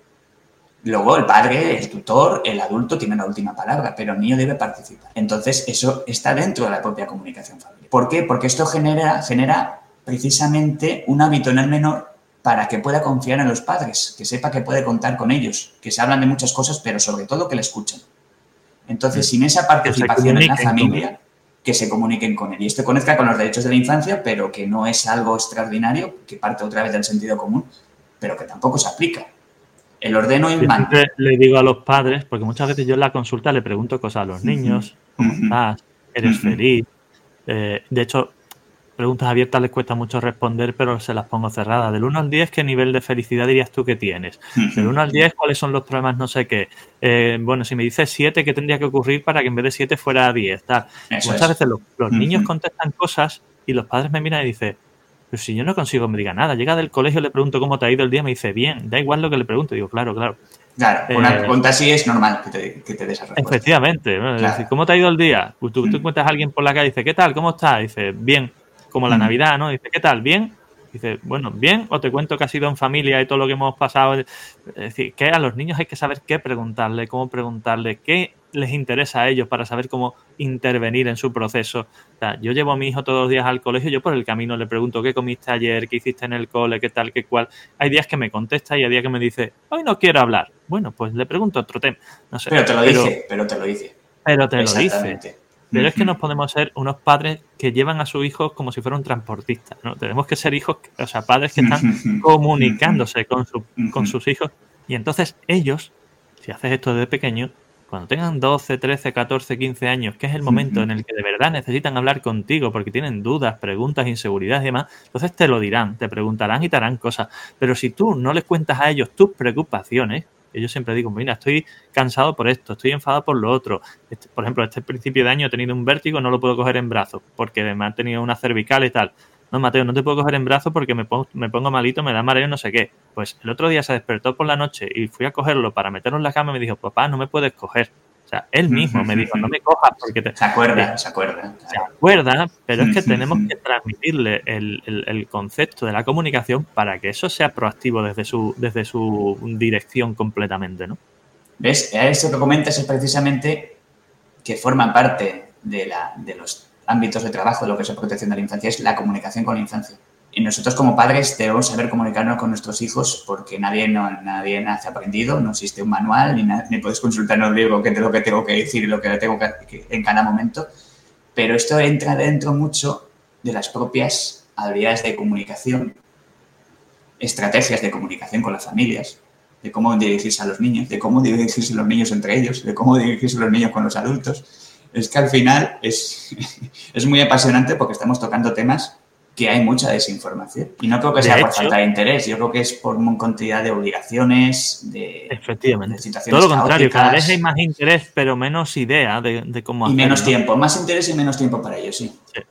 [SPEAKER 6] Luego el padre, el tutor, el adulto tiene la última palabra, pero el niño debe participar. Entonces eso está dentro de la propia comunicación familiar. ¿Por qué? Porque esto genera precisamente un hábito en el menor para que pueda confiar en los padres, que sepa que puede contar con ellos, que se hablan de muchas cosas, pero sobre todo que le escuchen. Entonces, sin esa participación en la familia, que se comuniquen con él. Y esto conecta con los derechos de la infancia, pero que no es algo extraordinario, que parte otra vez del sentido común, pero que tampoco se aplica. El ordeno infantil.
[SPEAKER 1] Siempre le digo a los padres, porque muchas veces yo en la consulta le pregunto cosas a los niños, ¿cómo estás? ¿Eres feliz? De hecho, preguntas abiertas les cuesta mucho responder, pero se las pongo cerradas. Del 1 al 10, ¿qué nivel de felicidad dirías tú que tienes? Del 1 al 10, ¿cuáles son los problemas no sé qué? Bueno, si me dices 7, ¿qué tendría que ocurrir para que en vez de 7 fuera 10? Tal. Muchas veces los niños contestan cosas y los padres me miran y dicen, pero si yo no consigo que me diga nada. Llega del colegio, le pregunto cómo te ha ido el día, me dice, bien, da igual lo que le pregunto. Digo, claro.
[SPEAKER 6] Claro, una pregunta así es normal que te des esa respuesta.
[SPEAKER 1] Efectivamente. ¿No? Claro. Es decir, ¿cómo te ha ido el día? Pues tú encuentras a alguien por la calle y dice, ¿qué tal? ¿Cómo estás? Dice, bien. Como la Navidad, ¿no? Dice, ¿qué tal? ¿Bien? Dice, bueno, ¿bien? O te cuento que ha sido en familia y todo lo que hemos pasado. Es decir, que a los niños hay que saber qué preguntarle, cómo preguntarle, qué les interesa a ellos para saber cómo intervenir en su proceso. O sea, yo llevo a mi hijo todos los días al colegio, yo por el camino le pregunto, ¿qué comiste ayer? ¿Qué hiciste en el cole? ¿Qué tal? ¿Qué cual? Hay días que me contesta y hay días que me dice, hoy no quiero hablar. Bueno, pues le pregunto otro tema. No sé.
[SPEAKER 6] Pero te lo dice. Pero te lo
[SPEAKER 1] dice. Pero es que no podemos ser unos padres que llevan a sus hijos como si fuera un transportista, ¿no? Tenemos que ser hijos, o sea, padres que están comunicándose con sus hijos. Y entonces ellos, si haces esto desde pequeño, cuando tengan 12, 13, 14, 15 años, que es el momento en el que de verdad necesitan hablar contigo porque tienen dudas, preguntas, inseguridades y demás, entonces te lo dirán, te preguntarán y te harán cosas. Pero si tú no les cuentas a ellos tus preocupaciones, yo siempre digo, mira, estoy cansado por esto, estoy enfadado por lo otro. Por ejemplo, este principio de año he tenido un vértigo, no lo puedo coger en brazos porque me han tenido una cervical y tal. No, Mateo, no te puedo coger en brazos porque me pongo malito, me da mareo, no sé qué. Pues el otro día se despertó por la noche y fui a cogerlo para meterlo en la cama y me dijo, papá, no me puedes coger. O sea, él mismo me dijo, no me cojas porque te...
[SPEAKER 6] Se acuerda.
[SPEAKER 1] Se acuerda, pero es que tenemos que transmitirle el concepto de la comunicación para que eso sea proactivo desde su dirección completamente, ¿no?
[SPEAKER 6] ¿Ves? Eso que comentas es precisamente que forma parte de los ámbitos de trabajo de lo que es la protección de la infancia, es la comunicación con la infancia. Y nosotros como padres debemos saber comunicarnos con nuestros hijos porque nadie nace aprendido, no existe un manual, ni puedes consultar en un libro qué es lo que tengo que decir y lo que tengo que en cada momento. Pero esto entra dentro mucho de las propias habilidades de comunicación, estrategias de comunicación con las familias, de cómo dirigirse a los niños, de cómo dirigirse los niños entre ellos, de cómo dirigirse los niños con los adultos. Es que al final es muy apasionante porque estamos tocando temas que hay mucha desinformación. Y no creo que sea por falta de interés, yo creo que es por una cantidad de obligaciones,
[SPEAKER 1] efectivamente.
[SPEAKER 6] De situaciones
[SPEAKER 1] todo lo contrario,
[SPEAKER 6] caóticas.
[SPEAKER 1] Cada vez hay más interés, pero menos idea de cómo hacerlo.
[SPEAKER 6] Y menos tiempo, más interés y menos tiempo para ellos, sí.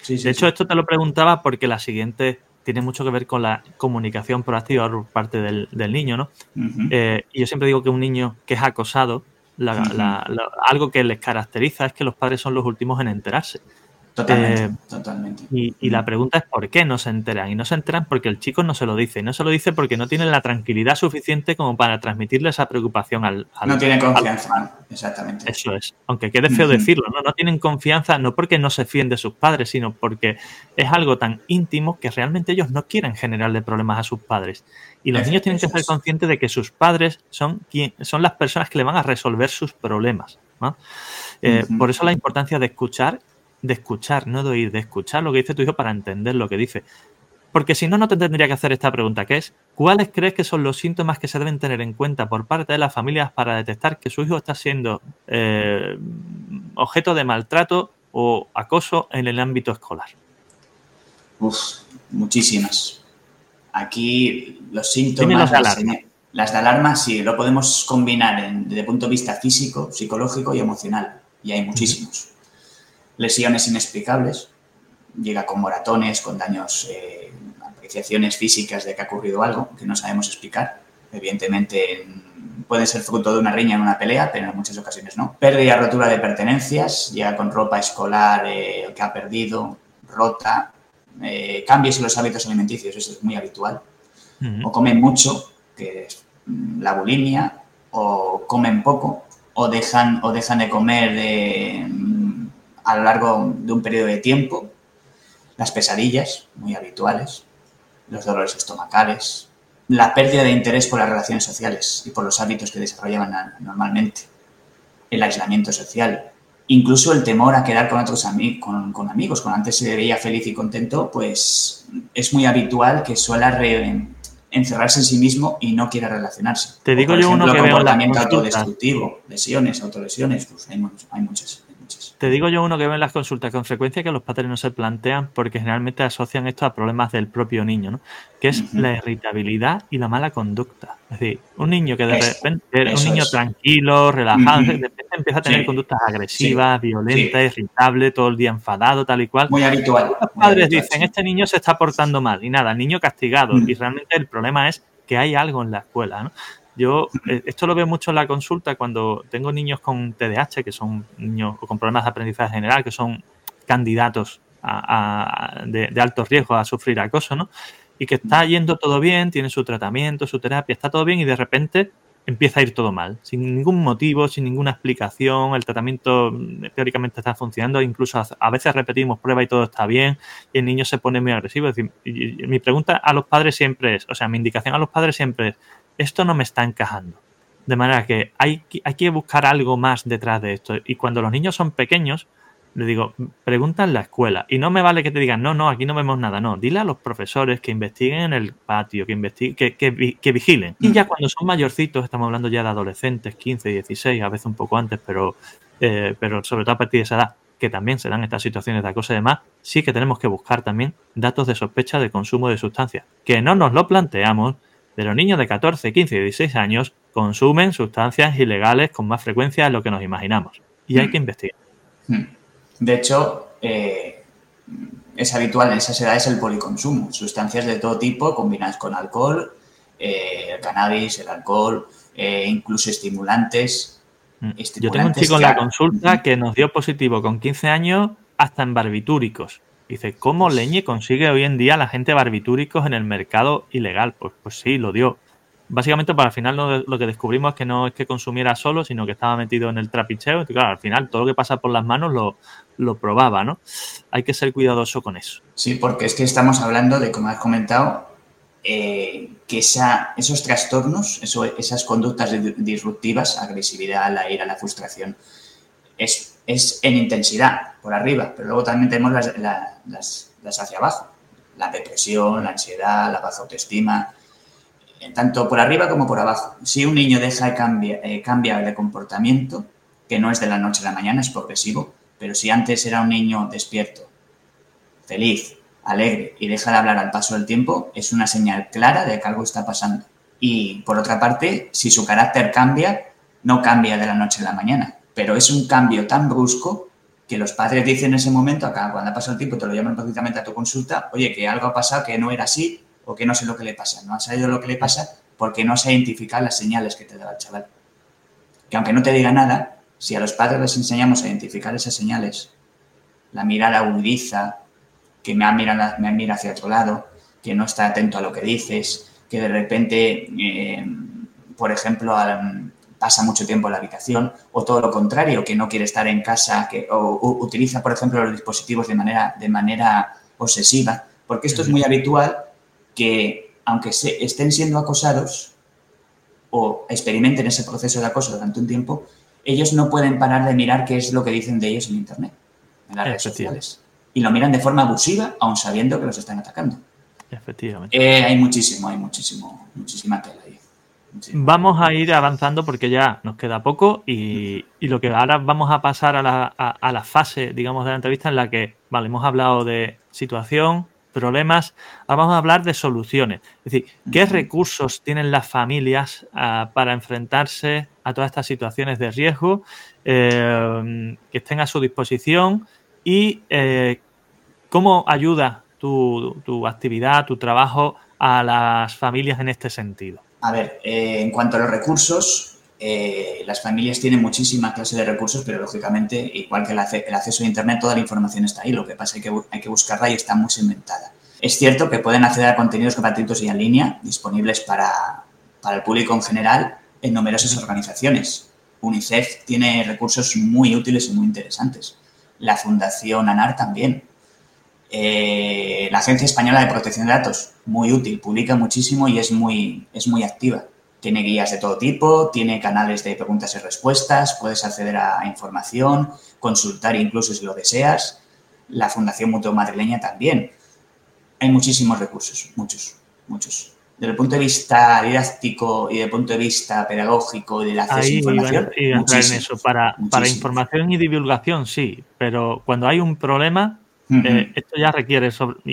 [SPEAKER 1] De hecho, esto te lo preguntaba porque la siguiente tiene mucho que ver con la comunicación proactiva por parte del niño, ¿no? Y yo siempre digo que un niño que es acosado, algo que les caracteriza es que los padres son los últimos en enterarse.
[SPEAKER 6] Totalmente.
[SPEAKER 1] Y la pregunta es ¿por qué no se enteran? Y no se enteran porque el chico no se lo dice. Y no se lo dice porque no tiene la tranquilidad suficiente como para transmitirle esa preocupación al
[SPEAKER 6] no tiene confianza, exactamente.
[SPEAKER 1] Eso es. Aunque quede feo decirlo, ¿no? No tienen confianza no porque no se fíen de sus padres, sino porque es algo tan íntimo que realmente ellos no quieren generarle problemas a sus padres. Y los niños tienen que ser conscientes de que sus padres son las personas que le van a resolver sus problemas, ¿no? Por eso la importancia de escuchar, no de oír, de escuchar lo que dice tu hijo para entender lo que dice. Porque si no, no te tendría que hacer esta pregunta, que es ¿cuáles crees que son los síntomas que se deben tener en cuenta por parte de las familias para detectar que su hijo está siendo objeto de maltrato o acoso en el ámbito escolar?
[SPEAKER 6] Muchísimas. Aquí los síntomas, las de alarma sí, lo podemos combinar desde el punto de vista físico, psicológico y emocional. Y hay muchísimos. Lesiones inexplicables, llega con moratones, con daños, apreciaciones físicas de que ha ocurrido algo que no sabemos explicar. Evidentemente puede ser fruto de una riña en una pelea, pero en muchas ocasiones no. Pérdida y rotura de pertenencias, llega con ropa escolar que ha perdido, rota, cambios en los hábitos alimenticios, eso es muy habitual. O comen mucho, que es la bulimia, o comen poco, o dejan de comer a lo largo de un periodo de tiempo, las pesadillas, muy habituales, los dolores estomacales, la pérdida de interés por las relaciones sociales y por los hábitos que desarrollaban normalmente, el aislamiento social, incluso el temor a quedar con otros con amigos. Cuando antes se veía feliz y contento, pues es muy habitual que suela encerrarse en sí mismo y no quiera relacionarse.
[SPEAKER 1] Te digo yo uno que veo en las consultas.
[SPEAKER 6] Autodestructivo, lesiones, autolesiones, pues hay muchas.
[SPEAKER 1] Te digo yo uno que veo en las consultas, consecuencia que los padres no se plantean porque generalmente asocian esto a problemas del propio niño, ¿no? Que es la irritabilidad y la mala conducta. Es decir, un niño que de repente era un niño tranquilo, relajado, de repente empieza a tener conductas agresivas, violentas, irritable, todo el día enfadado, tal y cual.
[SPEAKER 6] Muy habitual.
[SPEAKER 1] Los padres dicen, este niño se está portando mal. Y nada, el niño castigado. Y realmente el problema es que hay algo en la escuela, ¿no? Yo esto lo veo mucho en la consulta cuando tengo niños con TDAH, que son niños con problemas de aprendizaje general, que son candidatos de alto riesgo a sufrir acoso, ¿no? Y que está yendo todo bien, tiene su tratamiento, su terapia, está todo bien y de repente empieza a ir todo mal, sin ningún motivo, sin ninguna explicación, el tratamiento teóricamente está funcionando, incluso a veces repetimos pruebas y todo está bien y el niño se pone muy agresivo. Es decir, mi pregunta a los padres siempre es, mi indicación a los padres siempre es, esto no me está encajando. De manera que hay que buscar algo más detrás de esto. Y cuando los niños son pequeños, les digo, pregunta en la escuela. Y no me vale que te digan, no, aquí no vemos nada. No, dile a los profesores que investiguen en el patio, que vigilen. Y ya cuando son mayorcitos, estamos hablando ya de adolescentes, 15, 16, a veces un poco antes, pero sobre todo a partir de esa edad, que también se dan estas situaciones de acoso y demás, sí que tenemos que buscar también datos de sospecha de consumo de sustancias. Que no nos lo planteamos, de los niños de 14, 15 y 16 años consumen sustancias ilegales con más frecuencia de lo que nos imaginamos. Y hay que investigar.
[SPEAKER 6] De hecho, es habitual en esas edades el policonsumo. Sustancias de todo tipo combinadas con alcohol, el cannabis, el alcohol, incluso estimulantes.
[SPEAKER 1] Yo tengo un chico en la consulta que nos dio positivo con 15 años hasta en barbitúricos. Dice, ¿cómo leñe consigue hoy en día la gente barbitúricos en el mercado ilegal? Pues sí, lo dio. Básicamente, para al final lo que descubrimos es que no es que consumiera solo, sino que estaba metido en el trapicheo. Y claro, al final todo lo que pasa por las manos lo probaba, ¿no? Hay que ser cuidadoso con eso.
[SPEAKER 6] Sí, porque es que estamos hablando de, como has comentado, que esos trastornos, esas conductas disruptivas, agresividad, la ira, la frustración, es en intensidad, por arriba, pero luego también tenemos las hacia abajo, la depresión, la ansiedad, la baja autoestima, tanto por arriba como por abajo. Si un niño cambia de comportamiento, que no es de la noche a la mañana, es progresivo, pero si antes era un niño despierto, feliz, alegre y deja de hablar al paso del tiempo, es una señal clara de que algo está pasando. Y por otra parte, si su carácter cambia, no cambia de la noche a la mañana, pero es un cambio tan brusco que los padres dicen en ese momento, acá cuando ha pasado el tiempo, te lo llaman precisamente a tu consulta, oye, que algo ha pasado que no era así o que no sé lo que le pasa. No ha sabido lo que le pasa porque no se identifican las señales que te da el chaval. Que aunque no te diga nada, si a los padres les enseñamos a identificar esas señales, la mirada huidiza, que me mira hacia otro lado, que no está atento a lo que dices, que de repente, por ejemplo, pasa mucho tiempo en la habitación, o todo lo contrario, que no quiere estar en casa, o utiliza, por ejemplo, los dispositivos de manera obsesiva, porque esto es muy habitual que, aunque estén siendo acosados o experimenten ese proceso de acoso durante un tiempo, ellos no pueden parar de mirar qué es lo que dicen de ellos en Internet, en las redes sociales. Y lo miran de forma abusiva, aun sabiendo que los están atacando.
[SPEAKER 1] Efectivamente.
[SPEAKER 6] Hay muchísima tela ahí.
[SPEAKER 1] Vamos a ir avanzando porque ya nos queda poco y lo que ahora vamos a pasar a la fase, digamos, de la entrevista en la que, vale, hemos hablado de situación, problemas, ahora vamos a hablar de soluciones. Es decir, ¿qué recursos tienen las familias para enfrentarse a todas estas situaciones de riesgo que estén a su disposición y cómo ayuda tu actividad, tu trabajo a las familias en este sentido?
[SPEAKER 6] A ver, en cuanto a los recursos, las familias tienen muchísima clase de recursos, pero lógicamente, igual que el acceso a Internet, toda la información está ahí. Lo que pasa es que hay que buscarla y está muy segmentada. Es cierto que pueden acceder a contenidos gratuitos y en línea, disponibles para el público en general, en numerosas organizaciones. UNICEF tiene recursos muy útiles y muy interesantes. La Fundación ANAR también. La Agencia Española de Protección de Datos, muy útil, publica muchísimo y es muy activa. Tiene guías de todo tipo, tiene canales de preguntas y respuestas, puedes acceder a información, consultar incluso si lo deseas. La Fundación Mutuo Madrileña también. Hay muchísimos recursos, muchos. Desde el punto de vista didáctico y desde el punto de vista pedagógico y del acceso a información,
[SPEAKER 1] muchísimo, en eso. Para información y divulgación, sí, pero cuando hay un problema, esto ya requiere,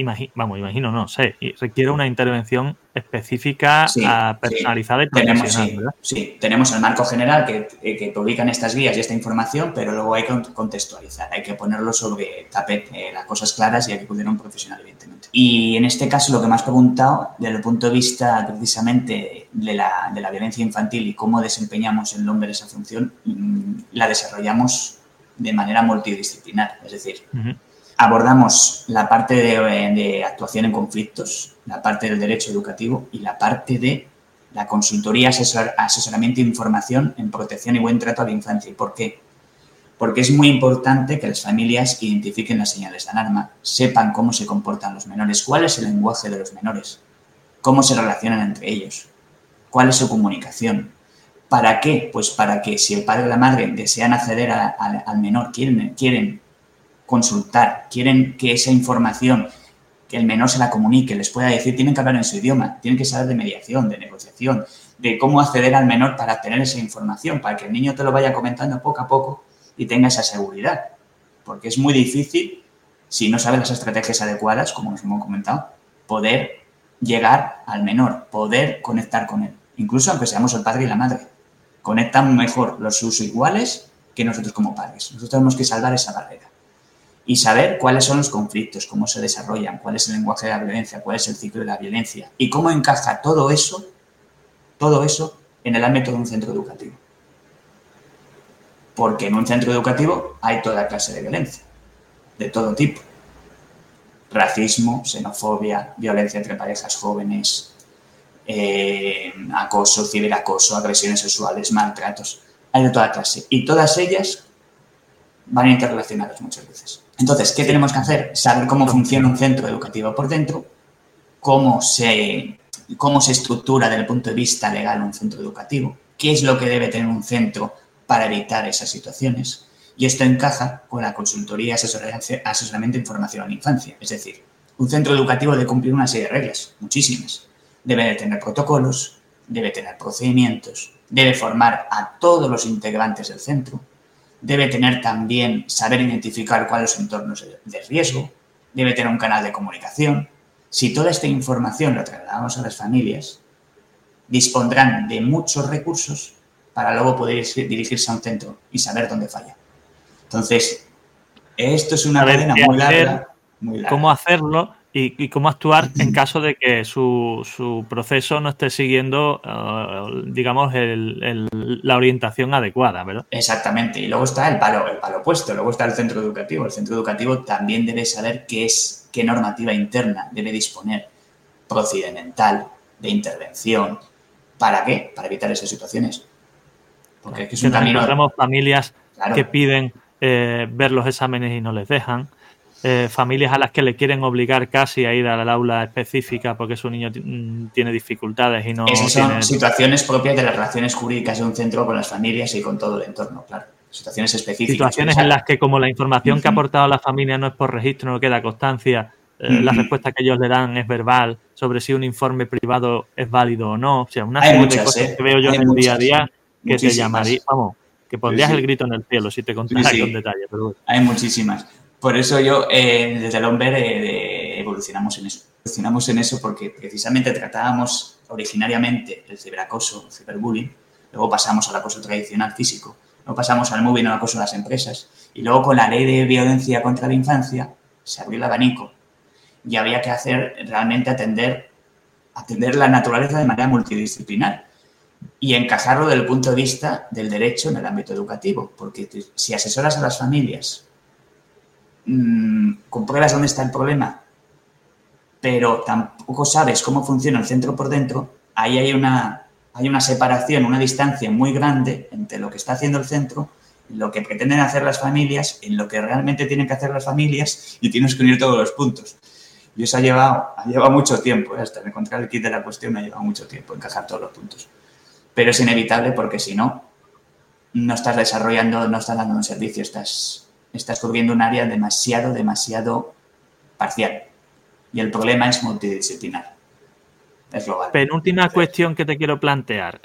[SPEAKER 1] requiere una intervención específica, personalizada y profesional, ¿verdad?
[SPEAKER 6] Sí, tenemos el marco general que publican estas guías y esta información, pero luego hay que contextualizar, hay que ponerlo sobre tapete, las cosas claras y hay que acudir a un profesional, evidentemente. Y en este caso, lo que me has preguntado, desde el punto de vista precisamente de la violencia infantil y cómo desempeñamos en Lomber esa función, la desarrollamos de manera multidisciplinar, es decir, abordamos la parte de actuación en conflictos, la parte del derecho educativo y la parte de la consultoría, asesoramiento e información en protección y buen trato a la infancia. ¿Y por qué? Porque es muy importante que las familias identifiquen las señales de alarma, sepan cómo se comportan los menores, cuál es el lenguaje de los menores, cómo se relacionan entre ellos, cuál es su comunicación. ¿Para qué? Pues para que si el padre o la madre desean acceder al menor, quieren consultar, quieren que esa información, que el menor se la comunique, les pueda decir, tienen que hablar en su idioma, tienen que saber de mediación, de negociación, de cómo acceder al menor para obtener esa información, para que el niño te lo vaya comentando poco a poco y tenga esa seguridad. Porque es muy difícil, si no sabes las estrategias adecuadas, como nos hemos comentado, poder llegar al menor, poder conectar con él. Incluso aunque seamos el padre y la madre. Conectan mejor los sus iguales que nosotros como padres. Nosotros tenemos que salvar esa barrera. Y saber cuáles son los conflictos, cómo se desarrollan, cuál es el lenguaje de la violencia, cuál es el ciclo de la violencia y cómo encaja todo eso en el ámbito de un centro educativo. Porque en un centro educativo hay toda clase de violencia, de todo tipo. Racismo, xenofobia, violencia entre parejas jóvenes, acoso, ciberacoso, agresiones sexuales, maltratos. Hay de toda clase. Y todas ellas van interrelacionadas muchas veces. Entonces, ¿qué tenemos que hacer? Saber cómo funciona un centro educativo por dentro, cómo se estructura desde el punto de vista legal un centro educativo, qué es lo que debe tener un centro para evitar esas situaciones. Y esto encaja con la consultoría, asesoramiento e información a la infancia. Es decir, un centro educativo debe cumplir una serie de reglas, muchísimas. Debe de tener protocolos, debe tener procedimientos, debe formar a todos los integrantes del centro, debe tener también saber identificar cuáles son los entornos de riesgo, debe tener un canal de comunicación. Si toda esta información la trasladamos a las familias, dispondrán de muchos recursos para luego poder dirigirse a un centro y saber dónde falla. Entonces, Esto es una
[SPEAKER 1] saber
[SPEAKER 6] cadena
[SPEAKER 1] qué
[SPEAKER 6] muy
[SPEAKER 1] hacer,
[SPEAKER 6] larga, muy larga.
[SPEAKER 1] cómo hacerlo y cómo actuar en caso de que su proceso no esté siguiendo, digamos, la orientación adecuada, ¿verdad?
[SPEAKER 6] Exactamente. Y luego está el palo opuesto, luego está el centro educativo. El centro educativo también debe saber qué normativa interna debe disponer procedimental de intervención. ¿Para qué? Para evitar esas situaciones. Porque es un camino...
[SPEAKER 1] Encontramos familias
[SPEAKER 6] Claro.
[SPEAKER 1] que piden ver los exámenes y no les dejan. Familias a las que le quieren obligar casi a ir al aula específica porque su niño tiene dificultades y no
[SPEAKER 6] Esas son
[SPEAKER 1] tiene...
[SPEAKER 6] situaciones propias de las relaciones jurídicas de un centro con las familias y con todo el entorno, claro. Situaciones específicas.
[SPEAKER 1] Situaciones en las que, como la información que ha aportado la familia no es por registro, no queda constancia, la respuesta que ellos le dan es verbal sobre si un informe privado es válido o no. O sea, una serie de cosas que veo yo en el día a día que te llamaría, vamos, que pondrías el grito en el cielo si te contara con detalle. Pero bueno.
[SPEAKER 6] Hay muchísimas. Por eso yo, desde el Hombre, evolucionamos en eso. Evolucionamos en eso porque precisamente tratábamos originariamente el ciberacoso, el ciberbullying, luego pasamos al acoso tradicional físico, luego pasamos al moving, al acoso a las empresas, y luego con la ley de violencia contra la infancia se abrió el abanico y había que hacer realmente atender la naturaleza de manera multidisciplinar y encajarlo desde el punto de vista del derecho en el ámbito educativo, porque si asesoras a las familias, compruebas dónde está el problema, pero tampoco sabes cómo funciona el centro por dentro, ahí hay una separación, una distancia muy grande entre lo que está haciendo el centro, lo que pretenden hacer las familias, en lo que realmente tienen que hacer las familias, y tienes que unir todos los puntos. Y eso ha llevado mucho tiempo, hasta encontrar el kit de la cuestión ha llevado mucho tiempo encajar todos los puntos. Pero es inevitable porque si no estás desarrollando, no estás dando un servicio, estás cubriendo un área demasiado parcial. Y el problema es multidisciplinar. Es global.
[SPEAKER 1] Penúltima cuestión que te quiero plantear.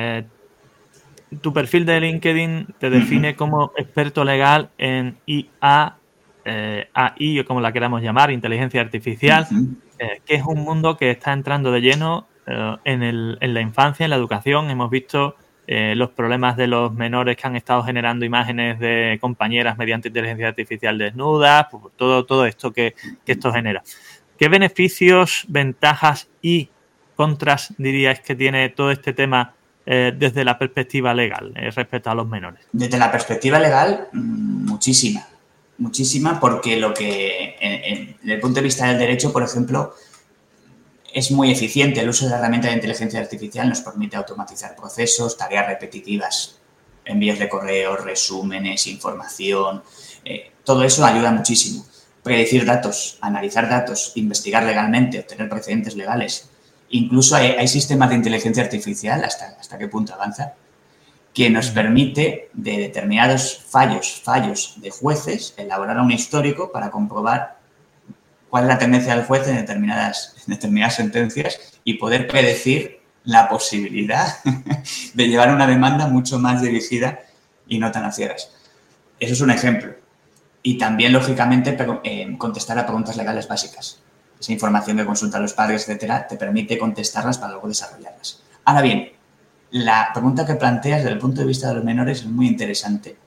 [SPEAKER 1] Tu perfil de LinkedIn te define como experto legal en IA, AI, o como la queramos llamar, inteligencia artificial, que es un mundo que está entrando de lleno en la infancia, en la educación. Hemos visto los problemas de los menores que han estado generando imágenes de compañeras mediante inteligencia artificial desnudas, todo esto que esto genera. ¿Qué beneficios, ventajas y contras diríais que tiene todo este tema desde la perspectiva legal respecto a los menores? Desde
[SPEAKER 6] la perspectiva legal, muchísima, porque lo que, desde el punto de vista del derecho, por ejemplo, es muy eficiente. El uso de la herramienta de inteligencia artificial nos permite automatizar procesos, tareas repetitivas, envíos de correo, resúmenes, información. Todo eso ayuda muchísimo. Predecir datos, analizar datos, investigar legalmente, obtener precedentes legales. Incluso hay sistemas de inteligencia artificial, hasta qué punto avanza, que nos permite de determinados fallos de jueces elaborar un histórico para comprobar cuál es la tendencia del juez en determinadas sentencias y poder predecir la posibilidad de llevar una demanda mucho más dirigida y no tan a ciegas. Eso es un ejemplo. Y también, lógicamente, contestar a preguntas legales básicas. Esa información que consultan los padres, etcétera, te permite contestarlas para luego desarrollarlas. Ahora bien, la pregunta que planteas desde el punto de vista de los menores es muy interesante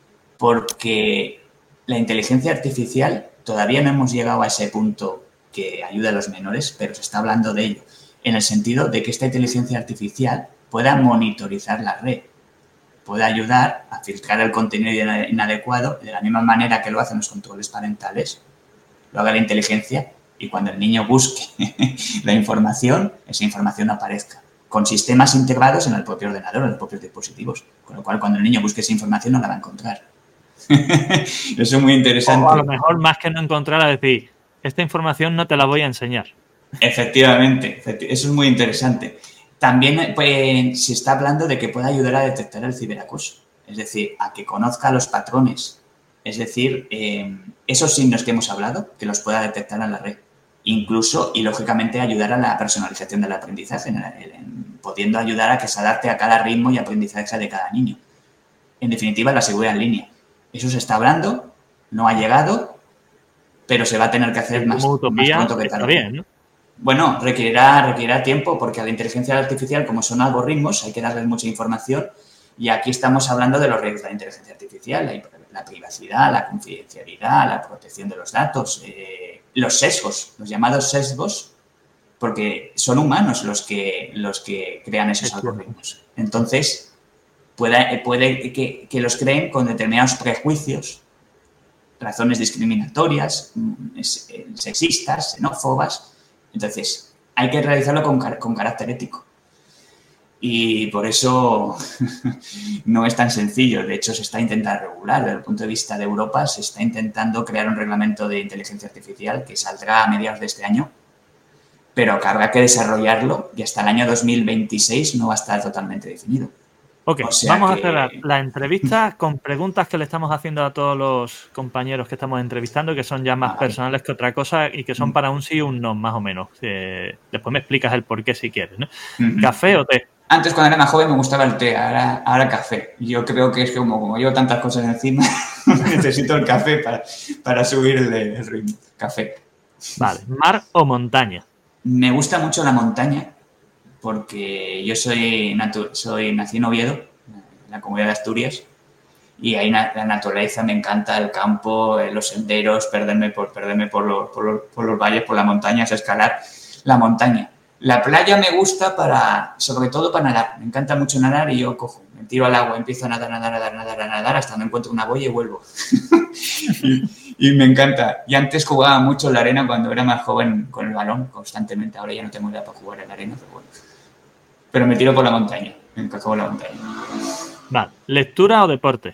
[SPEAKER 6] porque la inteligencia artificial todavía no hemos llegado a ese punto que ayuda a los menores, pero se está hablando de ello, en el sentido de que esta inteligencia artificial pueda monitorizar la red, pueda ayudar a filtrar el contenido inadecuado de la misma manera que lo hacen los controles parentales, lo haga la inteligencia y cuando el niño busque la información, esa información aparezca, con sistemas integrados en el propio ordenador, en los propios dispositivos, con lo cual cuando el niño busque esa información no la va a encontrar. Eso es muy interesante.
[SPEAKER 1] O a lo mejor, más que no encontrar, a decir, esta información no te la voy a enseñar.
[SPEAKER 6] Efectivamente, eso es muy interesante. También se está hablando de que pueda ayudar a detectar el ciberacoso, es decir, a que conozca los patrones, es decir, esos signos que hemos hablado, que los pueda detectar en la red. Incluso, y lógicamente, ayudar a la personalización del aprendizaje, pudiendo ayudar a que se adapte a cada ritmo y aprendizaje de cada niño. En definitiva, la seguridad en línea. Eso se está hablando, no ha llegado, pero se va a tener que hacer más pronto que tarde.
[SPEAKER 1] Bien, ¿no?
[SPEAKER 6] Bueno, requerirá tiempo porque a la inteligencia artificial, como son algoritmos, hay que darles mucha información y aquí estamos hablando de los riesgos de la inteligencia artificial. la privacidad, la confidencialidad, la protección de los datos, los sesgos, los llamados sesgos, porque son humanos los que crean esos algoritmos. Entonces, puede que los creen con determinados prejuicios, razones discriminatorias, sexistas, xenófobas. Entonces, hay que realizarlo con carácter ético. Y por eso no es tan sencillo. De hecho, se está intentando regular. Desde el punto de vista de Europa, se está intentando crear un reglamento de inteligencia artificial que saldrá a mediados de este año, pero que habrá que desarrollarlo y hasta el año 2026 no va a estar totalmente definido.
[SPEAKER 1] Ok, vamos a cerrar la entrevista con preguntas que le estamos haciendo a todos los compañeros que estamos entrevistando, que son ya más personales que otra cosa y que son para un sí o un no, más o menos. Después me explicas el por qué si quieres, ¿no? ¿Café o té?
[SPEAKER 6] Antes, cuando era más joven, me gustaba el té, ahora café. Yo creo que es que como llevo tantas cosas encima, necesito el café para subir el ritmo. Café.
[SPEAKER 1] Vale. ¿Mar o montaña?
[SPEAKER 6] Me gusta mucho la montaña porque yo nací en Oviedo, en la comunidad de Asturias, y ahí la naturaleza me encanta, el campo, los senderos, perderme por los valles, por las montañas, escalar la montaña. La playa me gusta sobre todo para nadar. Me encanta mucho nadar y yo me tiro al agua, empiezo a nadar hasta no encuentro una boya y vuelvo. y me encanta. Y antes jugaba mucho en la arena cuando era más joven con el balón, constantemente. Ahora ya no tengo idea para jugar en la arena, pero bueno. Pero me tiro por la montaña, me encajo por la montaña.
[SPEAKER 1] Vale. ¿Lectura o deporte?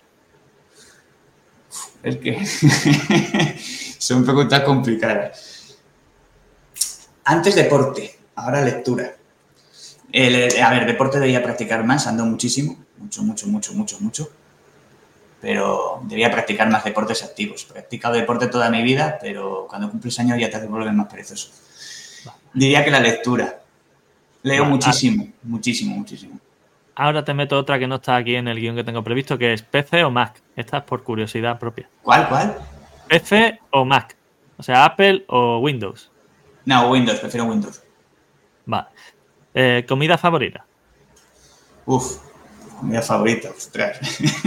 [SPEAKER 6] Es que son preguntas complicadas. Antes deporte. Ahora lectura. Deporte debía practicar más, ando muchísimo, mucho. Pero debía practicar más deportes activos. He practicado deporte toda mi vida, pero cuando cumples años ya te vuelves más perezoso. Diría que la lectura. Leo muchísimo.
[SPEAKER 1] Ahora te meto otra que no está aquí en el guión que tengo previsto, que es PC o Mac. Esta es por curiosidad propia.
[SPEAKER 6] ¿Cuál?
[SPEAKER 1] PC o Mac. O sea, Apple o Windows.
[SPEAKER 6] No, Windows, prefiero Windows.
[SPEAKER 1] Vale. ¿Comida favorita?
[SPEAKER 6] Comida favorita, ostras.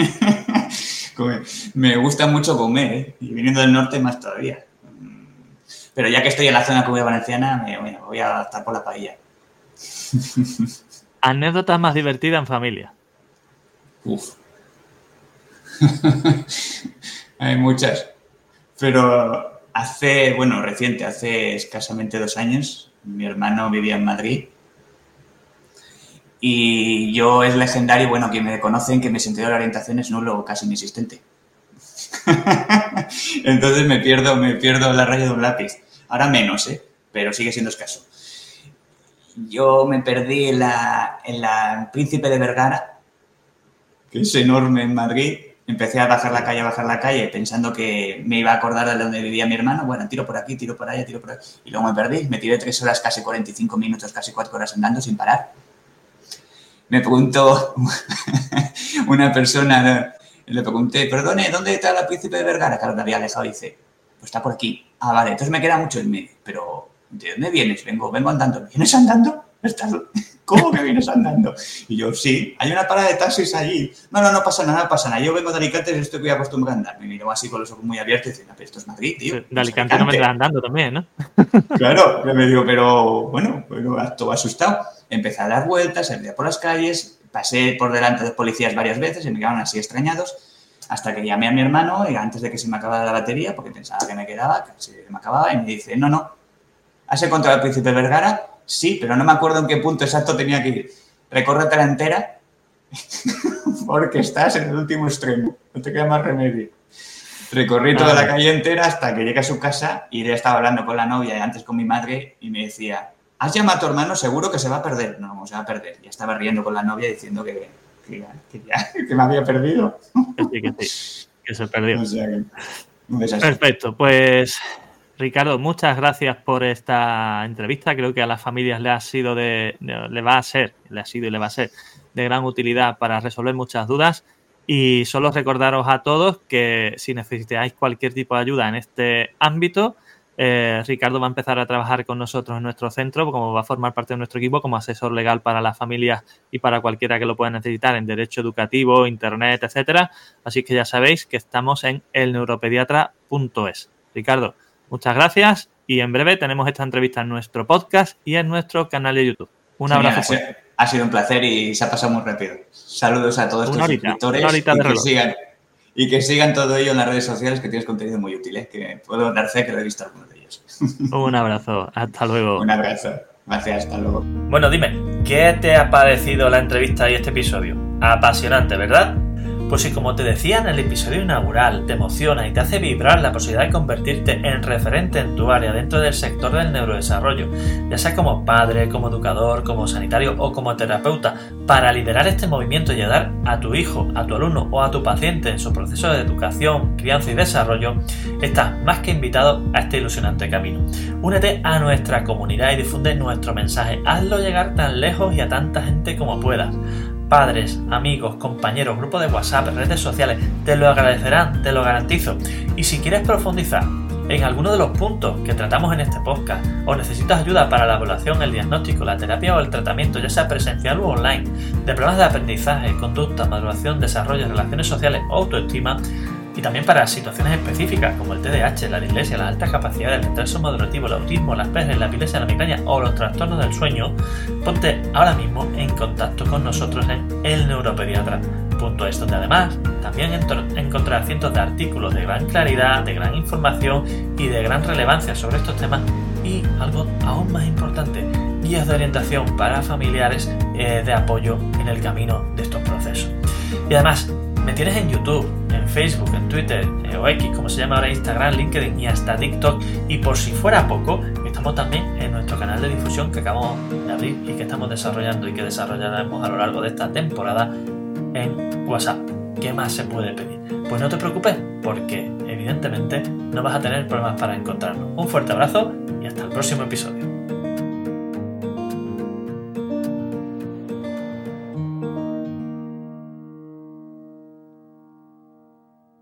[SPEAKER 6] Me gusta mucho comer, y viniendo del norte más todavía. Pero ya que estoy en la zona de Comunidad Valenciana, me voy a adaptar por la paella.
[SPEAKER 1] ¿Anécdotas más divertidas en familia?
[SPEAKER 6] Hay muchas. Pero reciente, hace escasamente 2 años, mi hermano vivía en Madrid y yo es legendario, quien me conocen, que mi sentido de la orientación es nulo o casi inexistente. Entonces me pierdo la raya de un lápiz. Ahora menos, pero sigue siendo escaso. Yo me perdí en la Príncipe de Vergara, que es enorme en Madrid. Empecé a bajar la calle pensando que me iba a acordar de donde vivía mi hermano. Tiro por aquí, tiro por allá. Y luego me perdí. Me tiré 3 horas, casi 45 minutos, casi 4 horas andando sin parar. Me preguntó una persona, le pregunté, perdone, ¿dónde está la Príncipe de Vergara? Claro, me había alejado y dice, pues está por aquí. Ah, vale, entonces me queda mucho. Pero, ¿de dónde vienes? Vengo andando. ¿Vienes andando? ¿Cómo que vienes andando? Y yo, sí, hay una parada de taxis allí. No pasa nada. Yo vengo de Alicante y estoy muy acostumbrado a andar. Me miró así con los ojos muy abiertos y dice, pero esto es Madrid, tío.
[SPEAKER 1] De Alicante no me estás andando también, ¿no?
[SPEAKER 6] Claro, me digo, pero todo asustado. Empecé a dar vueltas, salía por las calles, pasé por delante de policías varias veces y me quedaron así extrañados hasta que llamé a mi hermano y antes de que se me acabara la batería, porque pensaba que me quedaba, que se me acababa, y me dice, no, ¿has encontrado al Príncipe Vergara? Sí, pero no me acuerdo en qué punto exacto tenía que ir. Recórretela entera porque estás en el último extremo. No te queda más remedio. Recorrí toda la calle entera hasta que llegué a su casa y ya estaba hablando con la novia y antes con mi madre y me decía, ¿has llamado a tu hermano? Seguro que se va a perder. No, se va a perder. Ya estaba riendo con la novia diciendo que me había perdido.
[SPEAKER 1] Que se perdió.
[SPEAKER 6] O sea, un desastre.
[SPEAKER 1] Perfecto, pues Ricardo, muchas gracias por esta entrevista. Creo que a las familias le ha sido y le va a ser de gran utilidad para resolver muchas dudas. Y solo recordaros a todos que si necesitáis cualquier tipo de ayuda en este ámbito, Ricardo va a empezar a trabajar con nosotros en nuestro centro, como va a formar parte de nuestro equipo como asesor legal para las familias y para cualquiera que lo pueda necesitar en derecho educativo, internet, etcétera. Así que ya sabéis que estamos en elneuropediatra.es. Ricardo, muchas gracias y en breve tenemos esta entrevista en nuestro podcast y en nuestro canal de YouTube. Un abrazo fuerte.
[SPEAKER 6] Ha sido un placer y se ha pasado muy rápido. Saludos a todos tus suscriptores y que sigan todo ello en las redes sociales, que tienes contenido muy útil, que puedo dar fe que lo he visto algunos de ellos.
[SPEAKER 1] Un abrazo, hasta luego.
[SPEAKER 6] Un abrazo, gracias, hasta luego.
[SPEAKER 1] Bueno, dime, ¿qué te ha parecido la entrevista y este episodio? Apasionante, ¿verdad? Pues si, como te decía en el episodio inaugural, te emociona y te hace vibrar la posibilidad de convertirte en referente en tu área dentro del sector del neurodesarrollo, ya sea como padre, como educador, como sanitario o como terapeuta, para liderar este movimiento y ayudar a tu hijo, a tu alumno o a tu paciente en su proceso de educación, crianza y desarrollo, estás más que invitado a este ilusionante camino. Únete a nuestra comunidad y difunde nuestro mensaje. Hazlo llegar tan lejos y a tanta gente como puedas. Padres, amigos, compañeros, grupos de WhatsApp, redes sociales, te lo agradecerán, te lo garantizo. Y si quieres profundizar en alguno de los puntos que tratamos en este podcast o necesitas ayuda para la evaluación, el diagnóstico, la terapia o el tratamiento, ya sea presencial o online, de problemas de aprendizaje, conducta, maduración, desarrollo, relaciones sociales o autoestima, y también para situaciones específicas como el TDAH, la dislexia, las altas capacidades, el retraso madurativo, el autismo, las Asperger, la epilepsia, la migraña o los trastornos del sueño, ponte ahora mismo en contacto con nosotros en elneuropediatra.es, donde además también encontrarás cientos de artículos de gran claridad, de gran información y de gran relevancia sobre estos temas y, algo aún más importante, guías de orientación para familiares de apoyo en el camino de estos procesos. Y además, me tienes en YouTube, en Facebook, en Twitter o X, como se llama ahora, Instagram, LinkedIn y hasta TikTok. Y por si fuera poco, estamos también en nuestro canal de difusión que acabamos de abrir y que estamos desarrollando y que desarrollaremos a lo largo de esta temporada en WhatsApp. ¿Qué más se puede pedir? Pues no te preocupes, porque evidentemente no vas a tener problemas para encontrarnos. Un fuerte abrazo y hasta el próximo episodio.